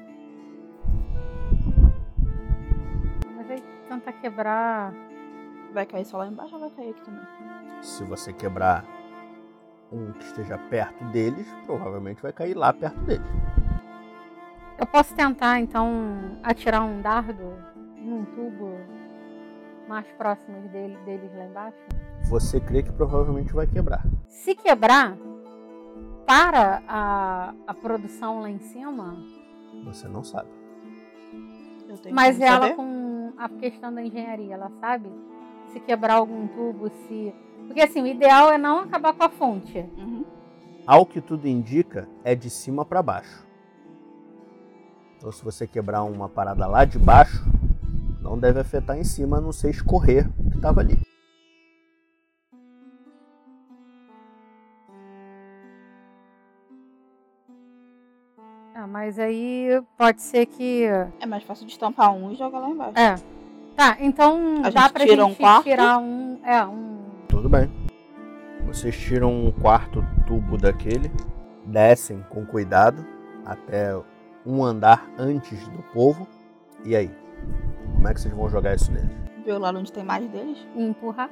Speaker 2: Mas aí tentar quebrar...
Speaker 3: Vai cair só lá embaixo ou vai cair aqui também?
Speaker 1: Se você quebrar um que esteja perto deles, provavelmente vai cair lá perto deles.
Speaker 2: Eu posso tentar, então, atirar um dardo num tubo mais próximo deles lá embaixo?
Speaker 1: Você crê que provavelmente vai quebrar.
Speaker 2: Se quebrar, para a produção lá em cima...
Speaker 1: Você não sabe.
Speaker 3: Eu tenho
Speaker 2: Mas
Speaker 3: como
Speaker 2: ela,
Speaker 3: saber?
Speaker 2: com a questão da engenharia, ela sabe se quebrar algum tubo, se... Porque assim, o ideal é não acabar com a fonte.
Speaker 3: Uhum.
Speaker 1: Ao que tudo indica, é de cima para baixo. Então, se você quebrar uma parada lá de baixo, não deve afetar em cima, a não ser escorrer o que estava ali.
Speaker 2: Mas aí pode ser que...
Speaker 3: É mais fácil de estampar um e jogar lá embaixo.
Speaker 2: Tá, então
Speaker 3: A
Speaker 2: dá
Speaker 3: gente
Speaker 2: pra
Speaker 3: tira
Speaker 2: gente
Speaker 3: um quarto?
Speaker 2: tirar um...
Speaker 1: Tudo bem. Vocês tiram um 4º tubo daquele, descem com cuidado até um andar antes do povo. E aí? Como é que vocês vão jogar isso neles?
Speaker 3: Ver lá onde tem mais deles?
Speaker 2: E empurrar.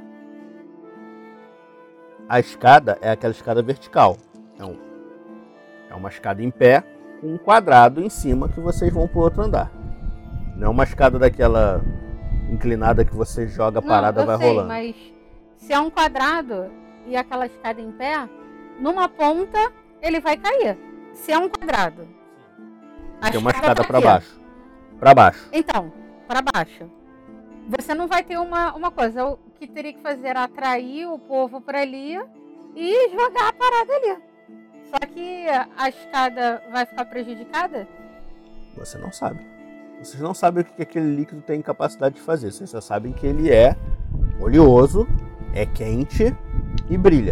Speaker 1: A escada é aquela escada vertical. É uma escada em pé com um quadrado em cima que vocês vão pro outro andar. Não é uma escada daquela inclinada que você joga parada e vai rolando.
Speaker 2: Mas se é um quadrado e aquela escada em pé, numa ponta ele vai cair. Se é um quadrado,
Speaker 1: Tem uma escada
Speaker 2: tá
Speaker 1: para
Speaker 2: aqui.
Speaker 1: baixo. Para baixo.
Speaker 2: Então, para baixo. Você não vai ter uma coisa. O que teria que fazer era atrair o povo para ali e jogar a parada ali. Só que a escada vai ficar prejudicada?
Speaker 1: Você não sabe. Vocês não sabem o que aquele líquido tem capacidade de fazer. Vocês só sabem que ele é oleoso, é quente e brilha.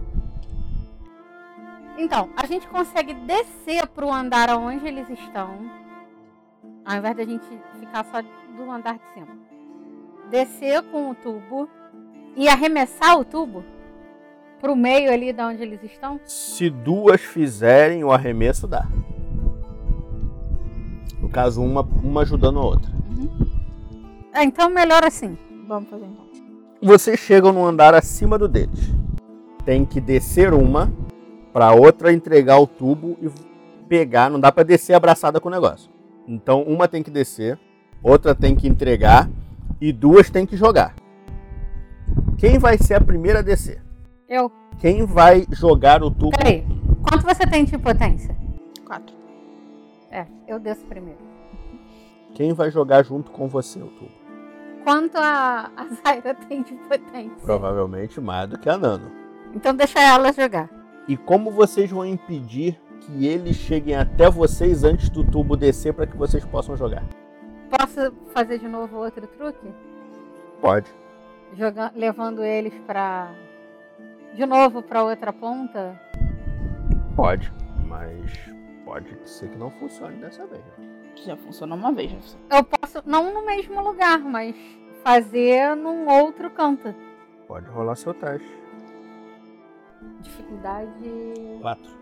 Speaker 2: Então, a gente consegue descer pro andar onde eles estão, ao invés da gente ficar só do andar de cima. Descer com o tubo e arremessar o tubo pro meio ali de onde eles estão.
Speaker 1: Se 2 fizerem, o arremesso dá. No caso, uma ajudando a outra.
Speaker 2: Então melhor assim.
Speaker 3: Vamos fazer então.
Speaker 1: Vocês chegam no andar acima do deles. Tem que descer uma pra outra entregar o tubo e pegar. Não dá pra descer abraçada com o negócio. Então uma tem que descer, outra tem que entregar e 2 tem que jogar. Quem vai ser a primeira a descer?
Speaker 2: Eu.
Speaker 1: Quem vai jogar o tubo?
Speaker 2: Peraí, quanto você tem de potência?
Speaker 3: 4.
Speaker 2: Eu desço primeiro.
Speaker 1: Quem vai jogar junto com você o tubo?
Speaker 2: Quanto a Zaira tem de potência?
Speaker 1: Provavelmente mais do que a Nano.
Speaker 2: Então deixa ela jogar.
Speaker 1: E como vocês vão impedir que eles cheguem até vocês antes do tubo descer para que vocês possam jogar?
Speaker 2: Posso fazer de novo outro truque?
Speaker 1: Pode.
Speaker 2: Levando eles de novo pra outra ponta?
Speaker 1: Pode, mas pode ser que não funcione dessa vez.
Speaker 3: Já funcionou uma vez.
Speaker 2: Eu posso, não no mesmo lugar, mas fazer num outro canto.
Speaker 1: Pode rolar seu teste.
Speaker 2: Dificuldade
Speaker 1: 4.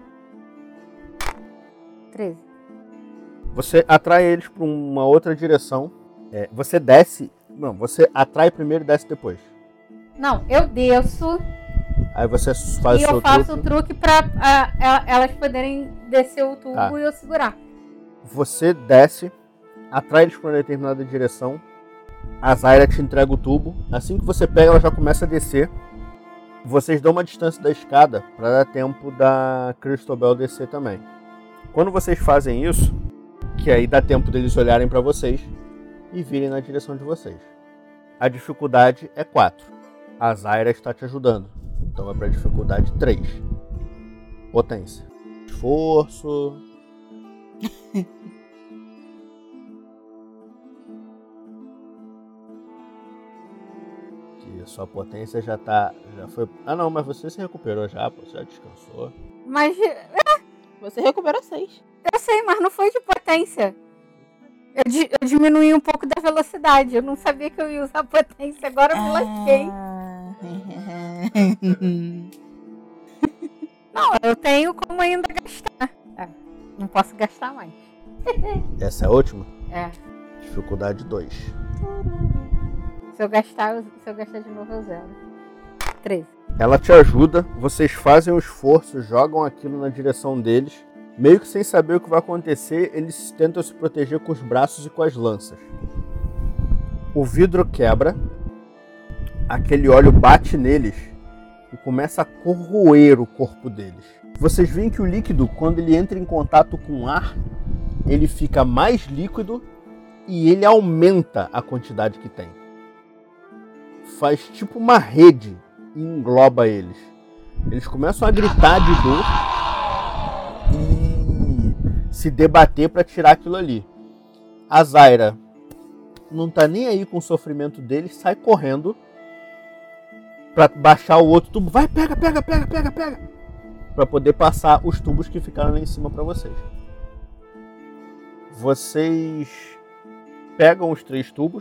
Speaker 2: 13.
Speaker 1: Você atrai eles para uma outra direção. Você desce. Não, você atrai primeiro e desce depois.
Speaker 2: Não, eu desço.
Speaker 1: Aí você faz
Speaker 2: e
Speaker 1: o seu
Speaker 2: eu faço
Speaker 1: truque.
Speaker 2: o truque pra elas poderem descer o tubo e eu segurar.
Speaker 1: Você desce, atrai eles para uma determinada direção. A Zaira te entrega o tubo. Assim que você pega, ela já começa a descer. Vocês dão uma distância da escada para dar tempo da Christobel descer também. Quando vocês fazem isso, que aí dá tempo deles olharem para vocês e virem na direção de vocês. A dificuldade é 4. A Zaira está te ajudando. Então vai para dificuldade 3. Potência. Esforço. Que sua potência já foi. Ah não, mas você se recuperou já, pô, você já descansou.
Speaker 2: Mas
Speaker 3: Você recupera 6.
Speaker 2: eu sei, mas não foi de potência. Eu diminuí um pouco da velocidade. Eu não sabia que eu ia usar potência. Agora eu me lasquei. Não, eu tenho como ainda gastar. Não posso gastar mais.
Speaker 1: Essa é a última?
Speaker 2: É.
Speaker 1: Dificuldade 2.
Speaker 2: Se eu gastar de novo, eu zero. 13.
Speaker 1: Ela te ajuda, vocês fazem o esforço, jogam aquilo na direção deles. Meio que sem saber o que vai acontecer, eles tentam se proteger com os braços e com as lanças. O vidro quebra, aquele óleo bate neles e começa a corroer o corpo deles. Vocês veem que o líquido, quando ele entra em contato com o ar, ele fica mais líquido e ele aumenta a quantidade que tem. Faz tipo uma rede e engloba eles. Eles começam a gritar de dor e se debater para tirar aquilo ali. A Zaira não tá nem aí com o sofrimento deles, sai correndo para baixar o outro tubo. Vai, pega. Para poder passar os tubos que ficaram lá em cima para vocês. Vocês pegam os 3 tubos,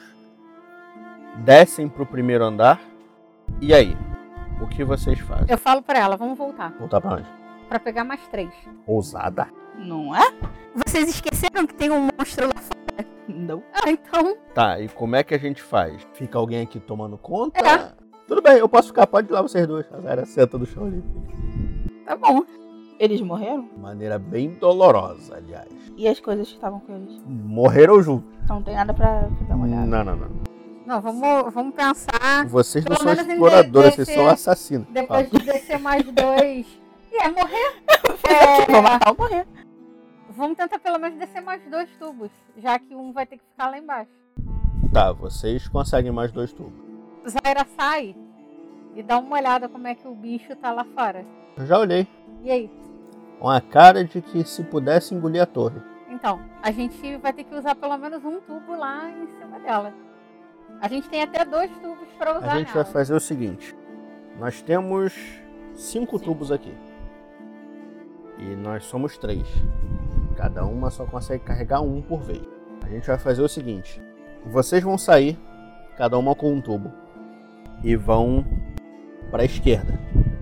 Speaker 1: descem pro primeiro andar. E aí? O que vocês fazem?
Speaker 2: Eu falo pra ela, vamos voltar.
Speaker 1: Voltar pra onde?
Speaker 2: Pra pegar mais 3.
Speaker 1: Ousada.
Speaker 3: Não é?
Speaker 2: Vocês esqueceram que tem um monstro lá fora?
Speaker 3: Não.
Speaker 2: Então...
Speaker 1: Tá, e como é que a gente faz? Fica alguém aqui tomando conta?
Speaker 2: É.
Speaker 1: Tudo bem, eu posso ficar, pode ir lá vocês duas. A Zaira senta no chão ali.
Speaker 2: Tá bom.
Speaker 3: Eles morreram?
Speaker 1: De maneira bem dolorosa, aliás.
Speaker 3: E as coisas que estavam com eles?
Speaker 1: Morreram junto.
Speaker 3: Então não tem nada pra dar uma olhada.
Speaker 1: Não.
Speaker 2: Não, vamos pensar.
Speaker 1: Vocês não
Speaker 2: Pelo
Speaker 1: são
Speaker 2: menos
Speaker 1: exploradoras, vocês
Speaker 2: descer-
Speaker 1: são assassinos.
Speaker 2: Depois de descer mais 2... morrer.
Speaker 3: Vou matar ou morrer.
Speaker 2: Vamos tentar pelo menos descer mais 2 tubos. Já que um vai ter que ficar lá embaixo.
Speaker 1: Tá, vocês conseguem mais 2 tubos.
Speaker 2: Zaira sai e dá uma olhada como é que o bicho tá lá fora.
Speaker 1: Eu já olhei.
Speaker 2: E aí?
Speaker 1: Com a cara de que se pudesse engolir a torre.
Speaker 2: Então, a gente vai ter que usar pelo menos um tubo lá em cima dela. A gente tem até 2 tubos pra usar
Speaker 1: A gente vai
Speaker 2: nela.
Speaker 1: fazer o seguinte. Nós temos 5 tubos aqui. E nós somos 3. Cada uma só consegue carregar um por vez. A gente vai fazer o seguinte. Vocês vão sair, cada uma com um tubo. E vão para a esquerda.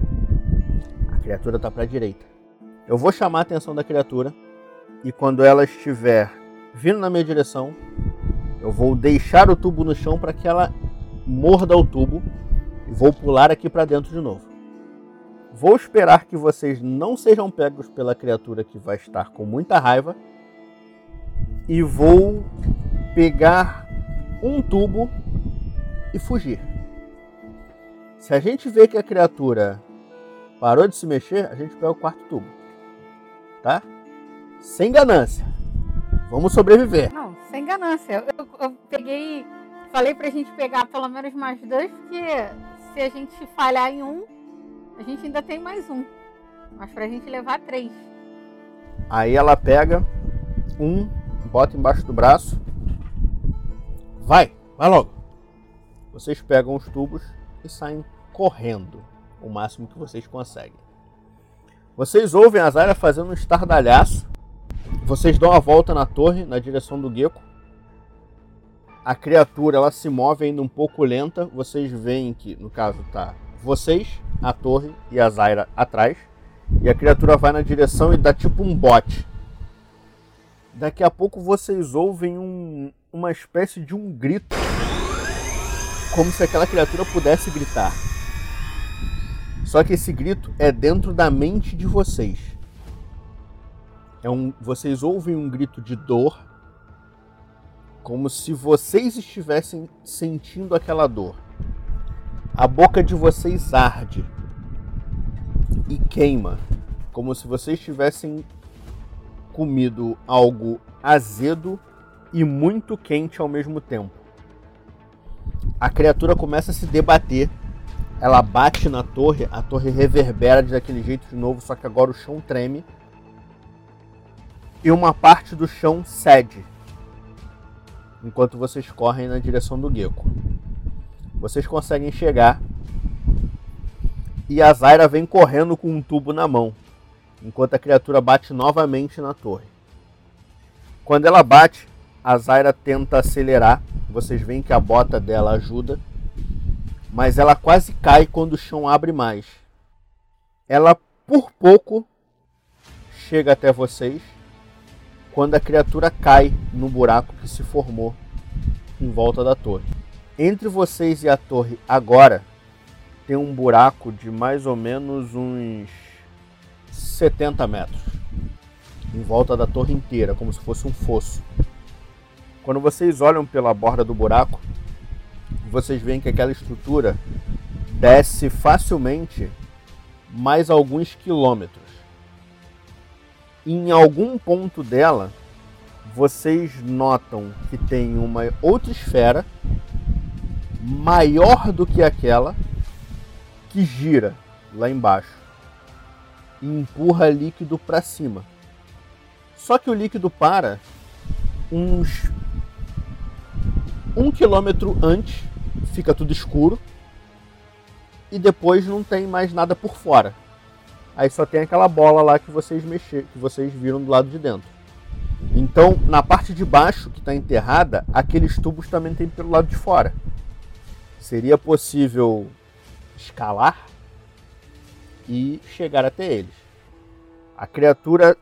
Speaker 1: A criatura está para a direita. Eu vou chamar a atenção da criatura. E quando ela estiver vindo na minha direção, eu vou deixar o tubo no chão para que ela morda o tubo. E vou pular aqui para dentro de novo. Vou esperar que vocês não sejam pegos pela criatura que vai estar com muita raiva. E vou pegar um tubo e fugir. Se a gente vê que a criatura parou de se mexer, a gente pega o 4º tubo. Tá? Sem ganância. Vamos sobreviver.
Speaker 2: Não, sem ganância. Eu peguei, Falei pra gente pegar pelo menos mais 2, porque se a gente falhar em um, a gente ainda tem mais um. Mas pra gente levar 3.
Speaker 1: Aí ela pega um, bota embaixo do braço. Vai logo. Vocês pegam os tubos e saem correndo o máximo que vocês conseguem. Vocês ouvem a Zaira fazendo um estardalhaço. Vocês dão a volta na torre, na direção do gecko. A criatura, ela se move ainda um pouco lenta. Vocês veem que, no caso, tá vocês, a torre e a Zaira atrás. E a criatura vai na direção e dá tipo um bote. Daqui a pouco vocês ouvem uma espécie de um grito. Como se aquela criatura pudesse gritar. Só que esse grito é dentro da mente de vocês. Vocês ouvem um grito de dor. Como se vocês estivessem sentindo aquela dor. A boca de vocês arde e queima, como se vocês tivessem comido algo azedo e muito quente ao mesmo tempo. A criatura começa a se debater, ela bate na torre, a torre reverbera daquele jeito de novo, só que agora o chão treme e uma parte do chão cede. Enquanto vocês correm na direção do gecko. Vocês conseguem chegar e a Zaira vem correndo com um tubo na mão, enquanto a criatura bate novamente na torre. Quando ela bate, a Zaira tenta acelerar, vocês veem que a bota dela ajuda, mas ela quase cai quando o chão abre mais. Ela, por pouco, chega até vocês, quando a criatura cai no buraco que se formou em volta da torre. Entre vocês e a torre agora tem um buraco de mais ou menos uns 70 metros em volta da torre inteira, como se fosse um fosso. Quando vocês olham pela borda do buraco, vocês veem que aquela estrutura desce facilmente mais alguns quilômetros. Em algum ponto dela, vocês notam que tem uma outra esfera maior do que aquela que gira lá embaixo e empurra líquido para cima. Só que o líquido para uns 1 quilômetro antes, fica tudo escuro e depois não tem mais nada por fora. Aí só tem aquela bola lá que vocês viram do lado de dentro. Então, na parte de baixo que está enterrada, aqueles tubos também tem pelo lado de fora. Seria possível escalar e chegar até eles. A criatura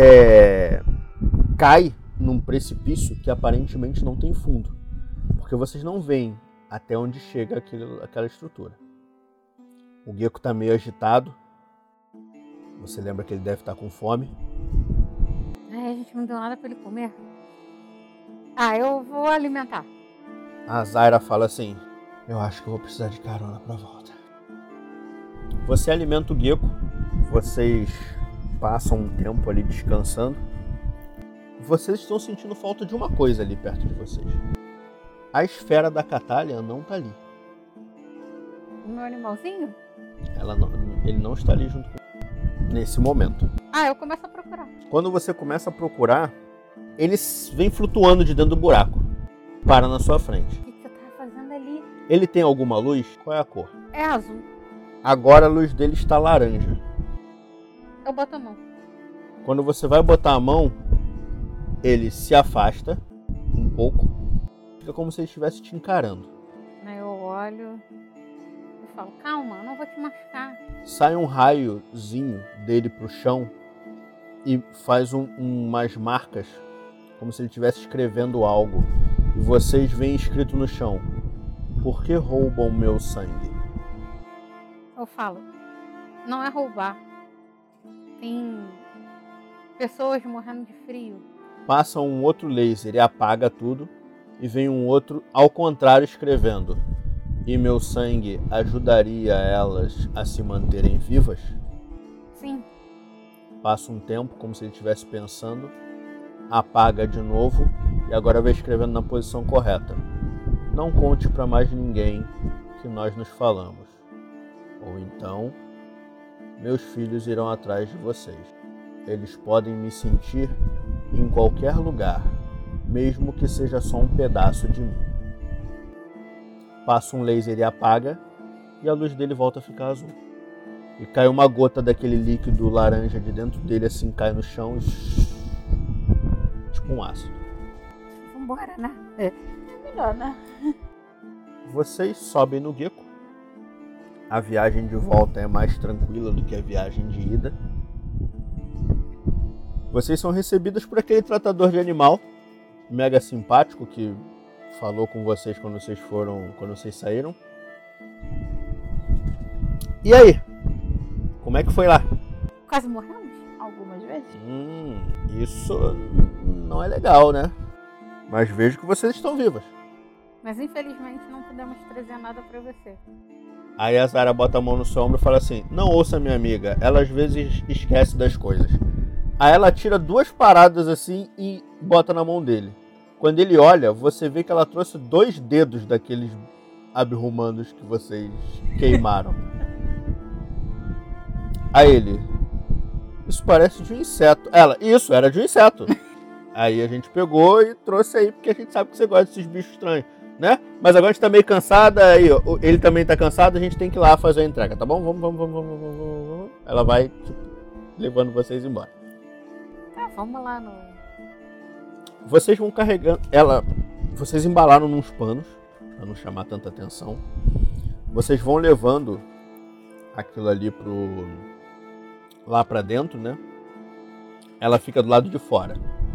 Speaker 1: cai num precipício que aparentemente não tem fundo, porque vocês não veem até onde chega aquela estrutura. O gecko está meio agitado. Você lembra que ele deve estar com fome?
Speaker 2: A gente não deu nada para ele comer. Eu vou alimentar.
Speaker 1: A Zaira fala assim: eu acho que eu vou precisar de carona para volta. Você alimenta o gecko. Vocês passam um tempo ali descansando. Vocês estão sentindo falta de uma coisa ali perto de vocês. A esfera da Catalha não está ali.
Speaker 2: O meu animalzinho?
Speaker 1: Ele não está ali junto com nesse momento.
Speaker 2: Eu começo a procurar.
Speaker 1: Quando você começa a procurar, ele vem flutuando de dentro do buraco. Para na sua frente.
Speaker 2: O que você tá fazendo ali?
Speaker 1: Ele tem alguma luz? Qual é a cor?
Speaker 2: É azul.
Speaker 1: Agora a luz dele está laranja.
Speaker 2: Eu boto a mão.
Speaker 1: Quando você vai botar a mão, ele se afasta um pouco. Fica como se ele estivesse te encarando.
Speaker 2: Aí eu olho e falo: calma, eu não vou te machucar.
Speaker 1: Sai um raiozinho dele pro chão e faz umas marcas, como se ele estivesse escrevendo algo. E vocês veem escrito no chão: por que roubam meu sangue?
Speaker 2: Eu falo: não é roubar. Tem pessoas morrendo de frio.
Speaker 1: Passa um outro laser e apaga tudo. E vem um outro ao contrário escrevendo: e meu sangue ajudaria elas a se manterem vivas?
Speaker 2: Sim.
Speaker 1: Passa um tempo, como se ele estivesse pensando, apaga de novo e agora vai escrevendo na posição correta: não conte para mais ninguém que nós nos falamos. Ou então, meus filhos irão atrás de vocês. Eles podem me sentir em qualquer lugar, mesmo que seja só um pedaço de mim. Passa um laser e apaga, e a luz dele volta a ficar azul. E cai uma gota daquele líquido laranja de dentro dele, assim, cai no chão, tipo um ácido.
Speaker 2: Vambora, né?
Speaker 3: É melhor, né?
Speaker 1: Vocês sobem no Gecko. A viagem de volta é mais tranquila do que a viagem de ida. Vocês são recebidas por aquele tratador de animal, mega simpático, que falou com vocês quando vocês saíram. E aí? Como é que foi lá?
Speaker 2: Quase morremos?
Speaker 3: Algumas vezes.
Speaker 1: Isso não é legal, né? Mas vejo que vocês estão vivas.
Speaker 2: Mas infelizmente não podemos trazer nada pra você.
Speaker 1: Aí a Zara bota a mão no seu ombro e fala assim: não ouça minha amiga, ela às vezes esquece das coisas. Aí ela tira 2 paradas assim e bota na mão dele. Quando ele olha, você vê que ela trouxe 2 dedos daqueles abrumanos que vocês queimaram. Aí ele: isso parece de um inseto. Ela: isso, era de um inseto. Aí a gente pegou e trouxe aí, porque a gente sabe que você gosta desses bichos estranhos, né? Mas agora a gente tá meio cansada, aí ó, ele também tá cansado, a gente tem que ir lá fazer a entrega, tá bom? Vamos. Ela vai, tipo, levando vocês embora.
Speaker 2: Tá, vamos lá no...
Speaker 1: Vocês vão carregando... Vocês embalaram nos panos, pra não chamar tanta atenção. Vocês vão levando aquilo ali lá pra dentro, né? Ela fica do lado de fora.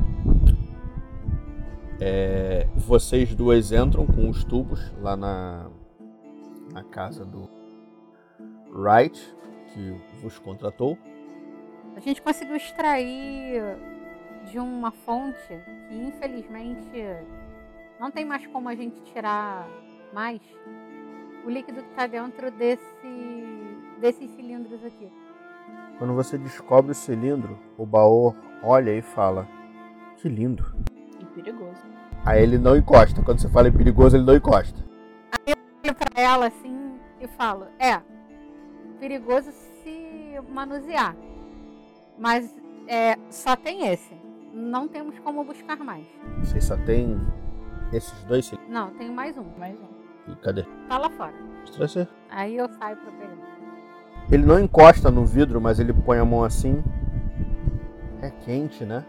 Speaker 1: Vocês duas entram com os tubos lá na casa do Wright, que vos contratou.
Speaker 2: A gente conseguiu extrair de uma fonte que infelizmente não tem mais como a gente tirar mais o líquido que está dentro desses cilindros aqui.
Speaker 1: Quando você descobre o cilindro, o Baor olha e fala: que lindo.
Speaker 3: E perigoso.
Speaker 1: Aí ele não encosta. Quando você fala em perigoso, ele não encosta.
Speaker 2: Aí eu olho pra ela assim e falo: perigoso se manusear. Mas só tem esse. Não temos como buscar mais.
Speaker 1: Vocês só tem esses 2 cilindros?
Speaker 2: Não, tem mais um.
Speaker 1: E cadê?
Speaker 2: Tá lá fora.
Speaker 1: Mostra você.
Speaker 2: Aí eu saio pra pegar.
Speaker 1: Ele não encosta no vidro, mas ele põe a mão assim. É quente, né?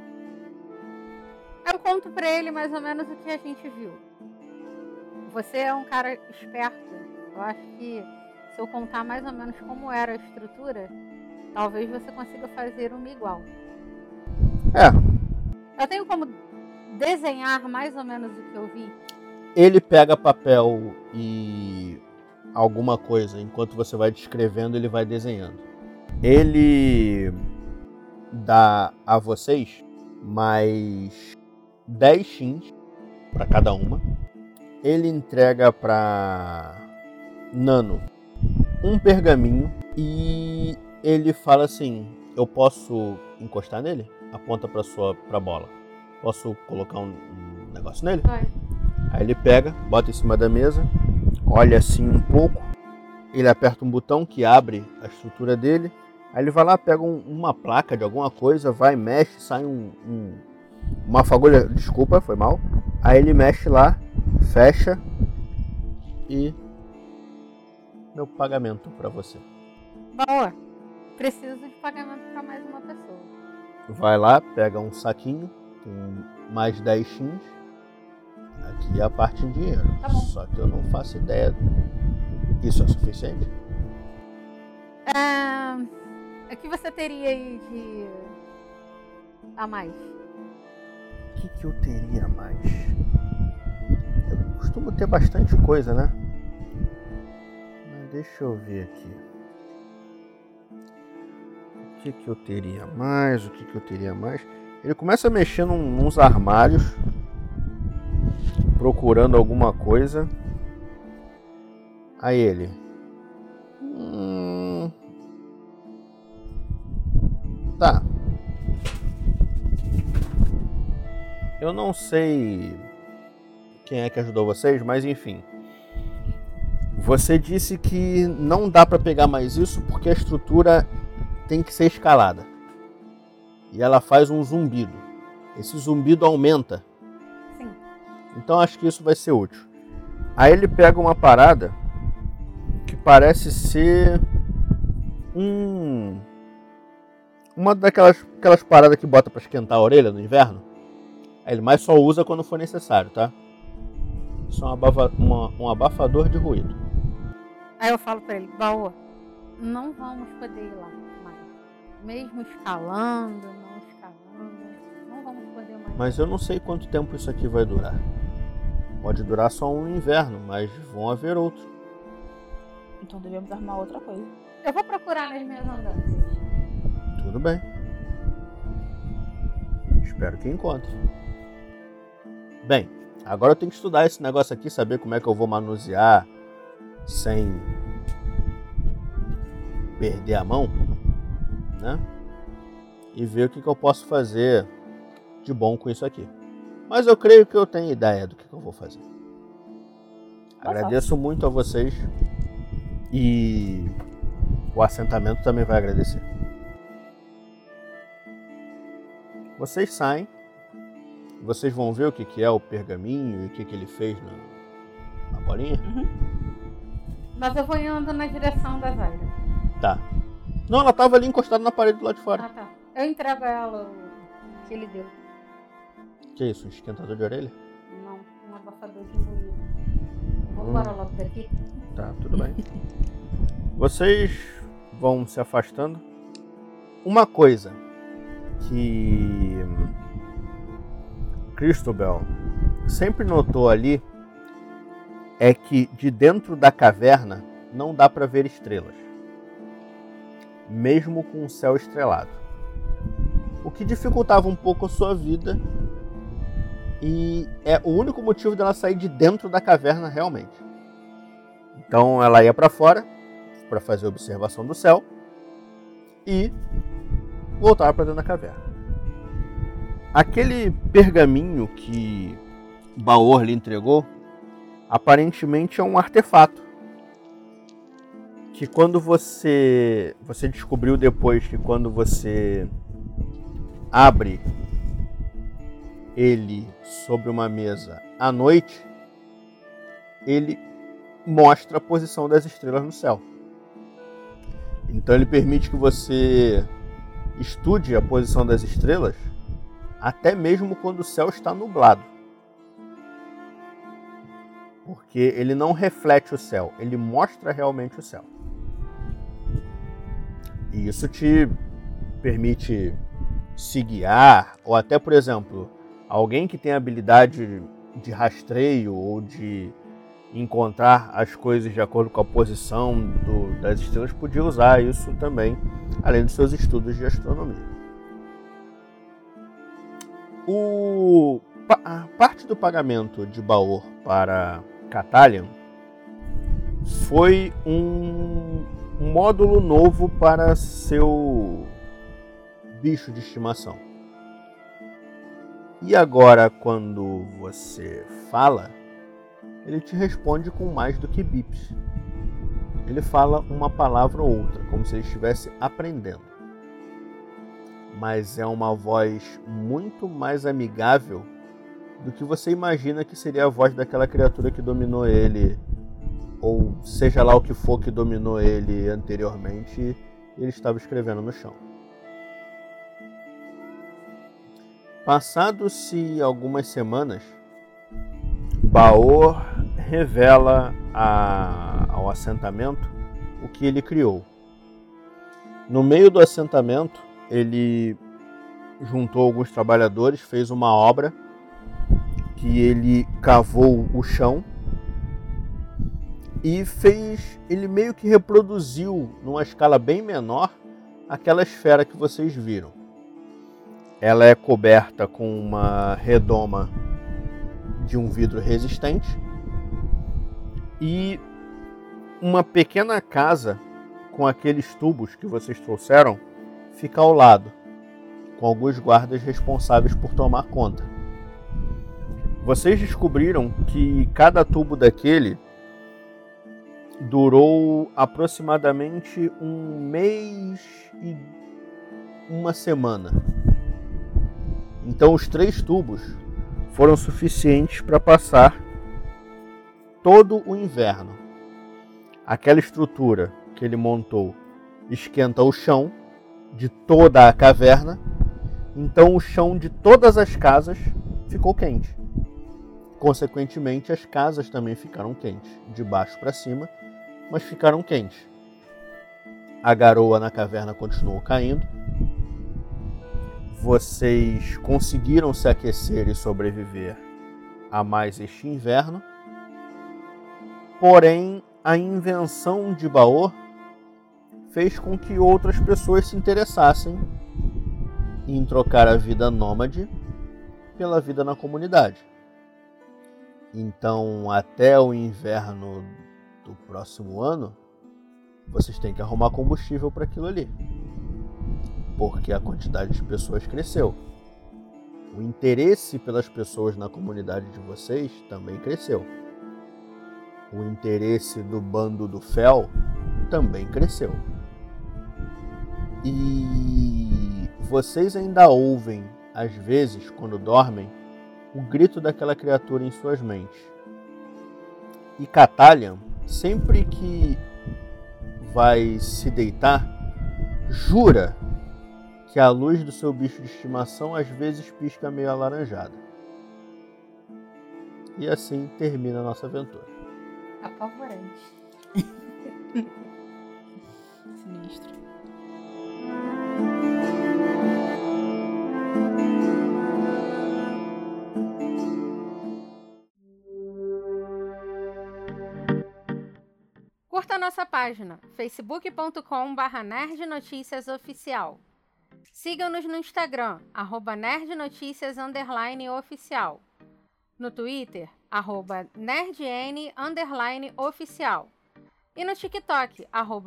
Speaker 2: Eu conto pra ele mais ou menos o que a gente viu. Você é um cara esperto. Eu acho que se eu contar mais ou menos como era a estrutura, talvez você consiga fazer uma igual. Eu tenho como desenhar mais ou menos o que eu vi?
Speaker 1: Ele pega papel e alguma coisa. Enquanto você vai descrevendo, ele vai desenhando. Ele dá a vocês mais 10 shins para cada uma. Ele entrega para Nano um pergaminho e ele fala assim: eu posso encostar nele? Aponta pra bola. Posso colocar um negócio nele?
Speaker 2: Vai.
Speaker 1: Aí ele pega, bota em cima da mesa, olha assim um pouco, ele aperta um botão que abre a estrutura dele. Aí ele vai lá, pega uma placa de alguma coisa, vai, mexe, sai uma fagulha, desculpa, foi mal. Aí ele mexe lá, fecha e meu pagamento pra você.
Speaker 2: Boa. Preciso de pagamento pra mais uma pessoa.
Speaker 1: Vai lá, pega um saquinho com mais 10 shins. Aqui é a parte em dinheiro.
Speaker 2: Tá bom.
Speaker 1: Só que eu não faço ideia. Isso é suficiente?
Speaker 2: O que você teria aí de a mais?
Speaker 1: O que eu teria a mais? Eu costumo ter bastante coisa, né? Mas deixa eu ver aqui. O que eu teria mais? O que eu teria mais? Ele começa a mexer nos armários, procurando alguma coisa. Aí ele: tá. Eu não sei o quem é que ajudou vocês, mas enfim. Você disse que não dá para pegar mais isso porque a estrutura tem que ser escalada. E ela faz um zumbido. Esse zumbido aumenta.
Speaker 2: Sim.
Speaker 1: Então acho que isso vai ser útil. Aí ele pega uma parada que parece ser uma daquelas paradas que bota para esquentar a orelha no inverno. Aí ele mais só usa quando for necessário, tá? Isso é um abafador de ruído.
Speaker 2: Aí eu falo pra ele, Baô, não vamos poder ir lá mais. Mesmo escalando, não vamos poder mais.
Speaker 1: Mas eu não sei quanto tempo isso aqui vai durar. Pode durar só um inverno, mas vão haver outros.
Speaker 3: Então devemos armar outra coisa.
Speaker 2: Eu vou procurar nas minhas andanças.
Speaker 1: Tudo bem. Espero que encontre. Bem, agora eu tenho que estudar esse negócio aqui, saber como é que eu vou manusear sem perder a mão, né? E ver o que eu posso fazer de bom com isso aqui. Mas eu creio que eu tenho ideia do que eu vou fazer. Agradeço muito a vocês e o assentamento também vai agradecer. Vocês saem, vocês vão ver o que é o pergaminho e o que ele fez na bolinha.
Speaker 2: Mas eu vou indo na direção da Zaira.
Speaker 1: Tá. Não, ela tava ali encostada na parede do lado de fora.
Speaker 2: Ah, tá. Eu entrego a ela o que ele deu.
Speaker 1: Que isso, um esquentador de orelha?
Speaker 2: Não, um abafador de ruído. Vou embora logo daqui.
Speaker 1: Tá, tudo bem. Vocês vão se afastando. Uma coisa que Cristobal sempre notou ali é que de dentro da caverna não dá para ver estrelas, mesmo com o céu estrelado. O que dificultava um pouco a sua vida e é o único motivo dela sair de dentro da caverna realmente. Então ela ia para fora para fazer observação do céu e voltar para dentro da caverna. Aquele pergaminho que Baor lhe entregou aparentemente é um artefato que quando você descobriu depois que quando você abre ele sobre uma mesa à noite, ele mostra a posição das estrelas no céu. Então ele permite que você estude a posição das estrelas até mesmo quando o céu está nublado. Porque ele não reflete o céu, ele mostra realmente o céu. E isso te permite se guiar, ou até, por exemplo, alguém que tem habilidade de rastreio ou de encontrar as coisas de acordo com a posição das estrelas podia usar isso também, além dos seus estudos de astronomia. A parte do pagamento de Baor para Catalian foi um módulo novo para seu bicho de estimação. E agora, quando você fala, ele te responde com mais do que bips. Ele fala uma palavra ou outra, como se ele estivesse aprendendo. Mas é uma voz muito mais amigável do que você imagina que seria a voz daquela criatura que dominou ele, ou seja lá o que for que dominou ele anteriormente, ele estava escrevendo no chão. Passados-se algumas semanas, Baor revela ao assentamento o que ele criou. No meio do assentamento, ele juntou alguns trabalhadores, fez uma obra que ele cavou o chão e ele meio que reproduziu numa escala bem menor aquela esfera que vocês viram. Ela é coberta com uma redoma de um vidro resistente e uma pequena casa com aqueles tubos que vocês trouxeram fica ao lado, com alguns guardas responsáveis por tomar conta. Vocês descobriram que cada tubo daquele durou aproximadamente 1 mês e 1 semana. Então os 3 tubos foram suficientes para passar todo o inverno. Aquela estrutura que ele montou esquenta o chão de toda a caverna, então o chão de todas as casas ficou quente. Consequentemente, as casas também ficaram quentes, de baixo para cima, mas ficaram quentes. A garoa na caverna continuou caindo. Vocês conseguiram se aquecer e sobreviver a mais este inverno. Porém, a invenção de Baor fez com que outras pessoas se interessassem em trocar a vida nômade pela vida na comunidade. Então, até o inverno do próximo ano, vocês têm que arrumar combustível para aquilo ali. Porque a quantidade de pessoas cresceu. O interesse pelas pessoas na comunidade de vocês também cresceu. O interesse do bando do Fel também cresceu. E vocês ainda ouvem, às vezes, quando dormem, o grito daquela criatura em suas mentes. E Catalian, sempre que vai se deitar, jura que a luz do seu bicho de estimação às vezes pisca meio alaranjada. E assim termina a nossa aventura.
Speaker 2: Apavorante.
Speaker 3: Sinistro.
Speaker 2: Curta a nossa página, facebook.com/nerdnoticiasoficial. Siga-nos no Instagram, @nerdnoticias_oficial. No Twitter, @nerdn_oficial. E no TikTok,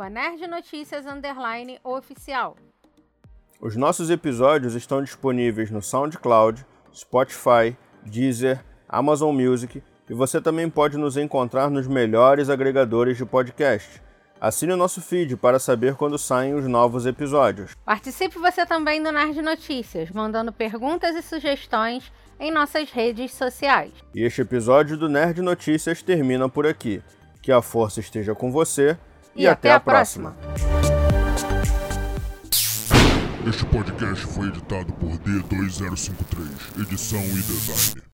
Speaker 2: @nerdnoticias_oficial.
Speaker 1: Os nossos episódios estão disponíveis no SoundCloud, Spotify, Deezer, Amazon Music, e você também pode nos encontrar nos melhores agregadores de podcast. Assine o nosso feed para saber quando saem os novos episódios.
Speaker 2: Participe você também do Nerd Notícias, mandando perguntas e sugestões em nossas redes sociais.
Speaker 1: E este episódio do Nerd Notícias termina por aqui. Que a força esteja com você e até a próxima.
Speaker 4: Este podcast foi editado por D2053, edição e design.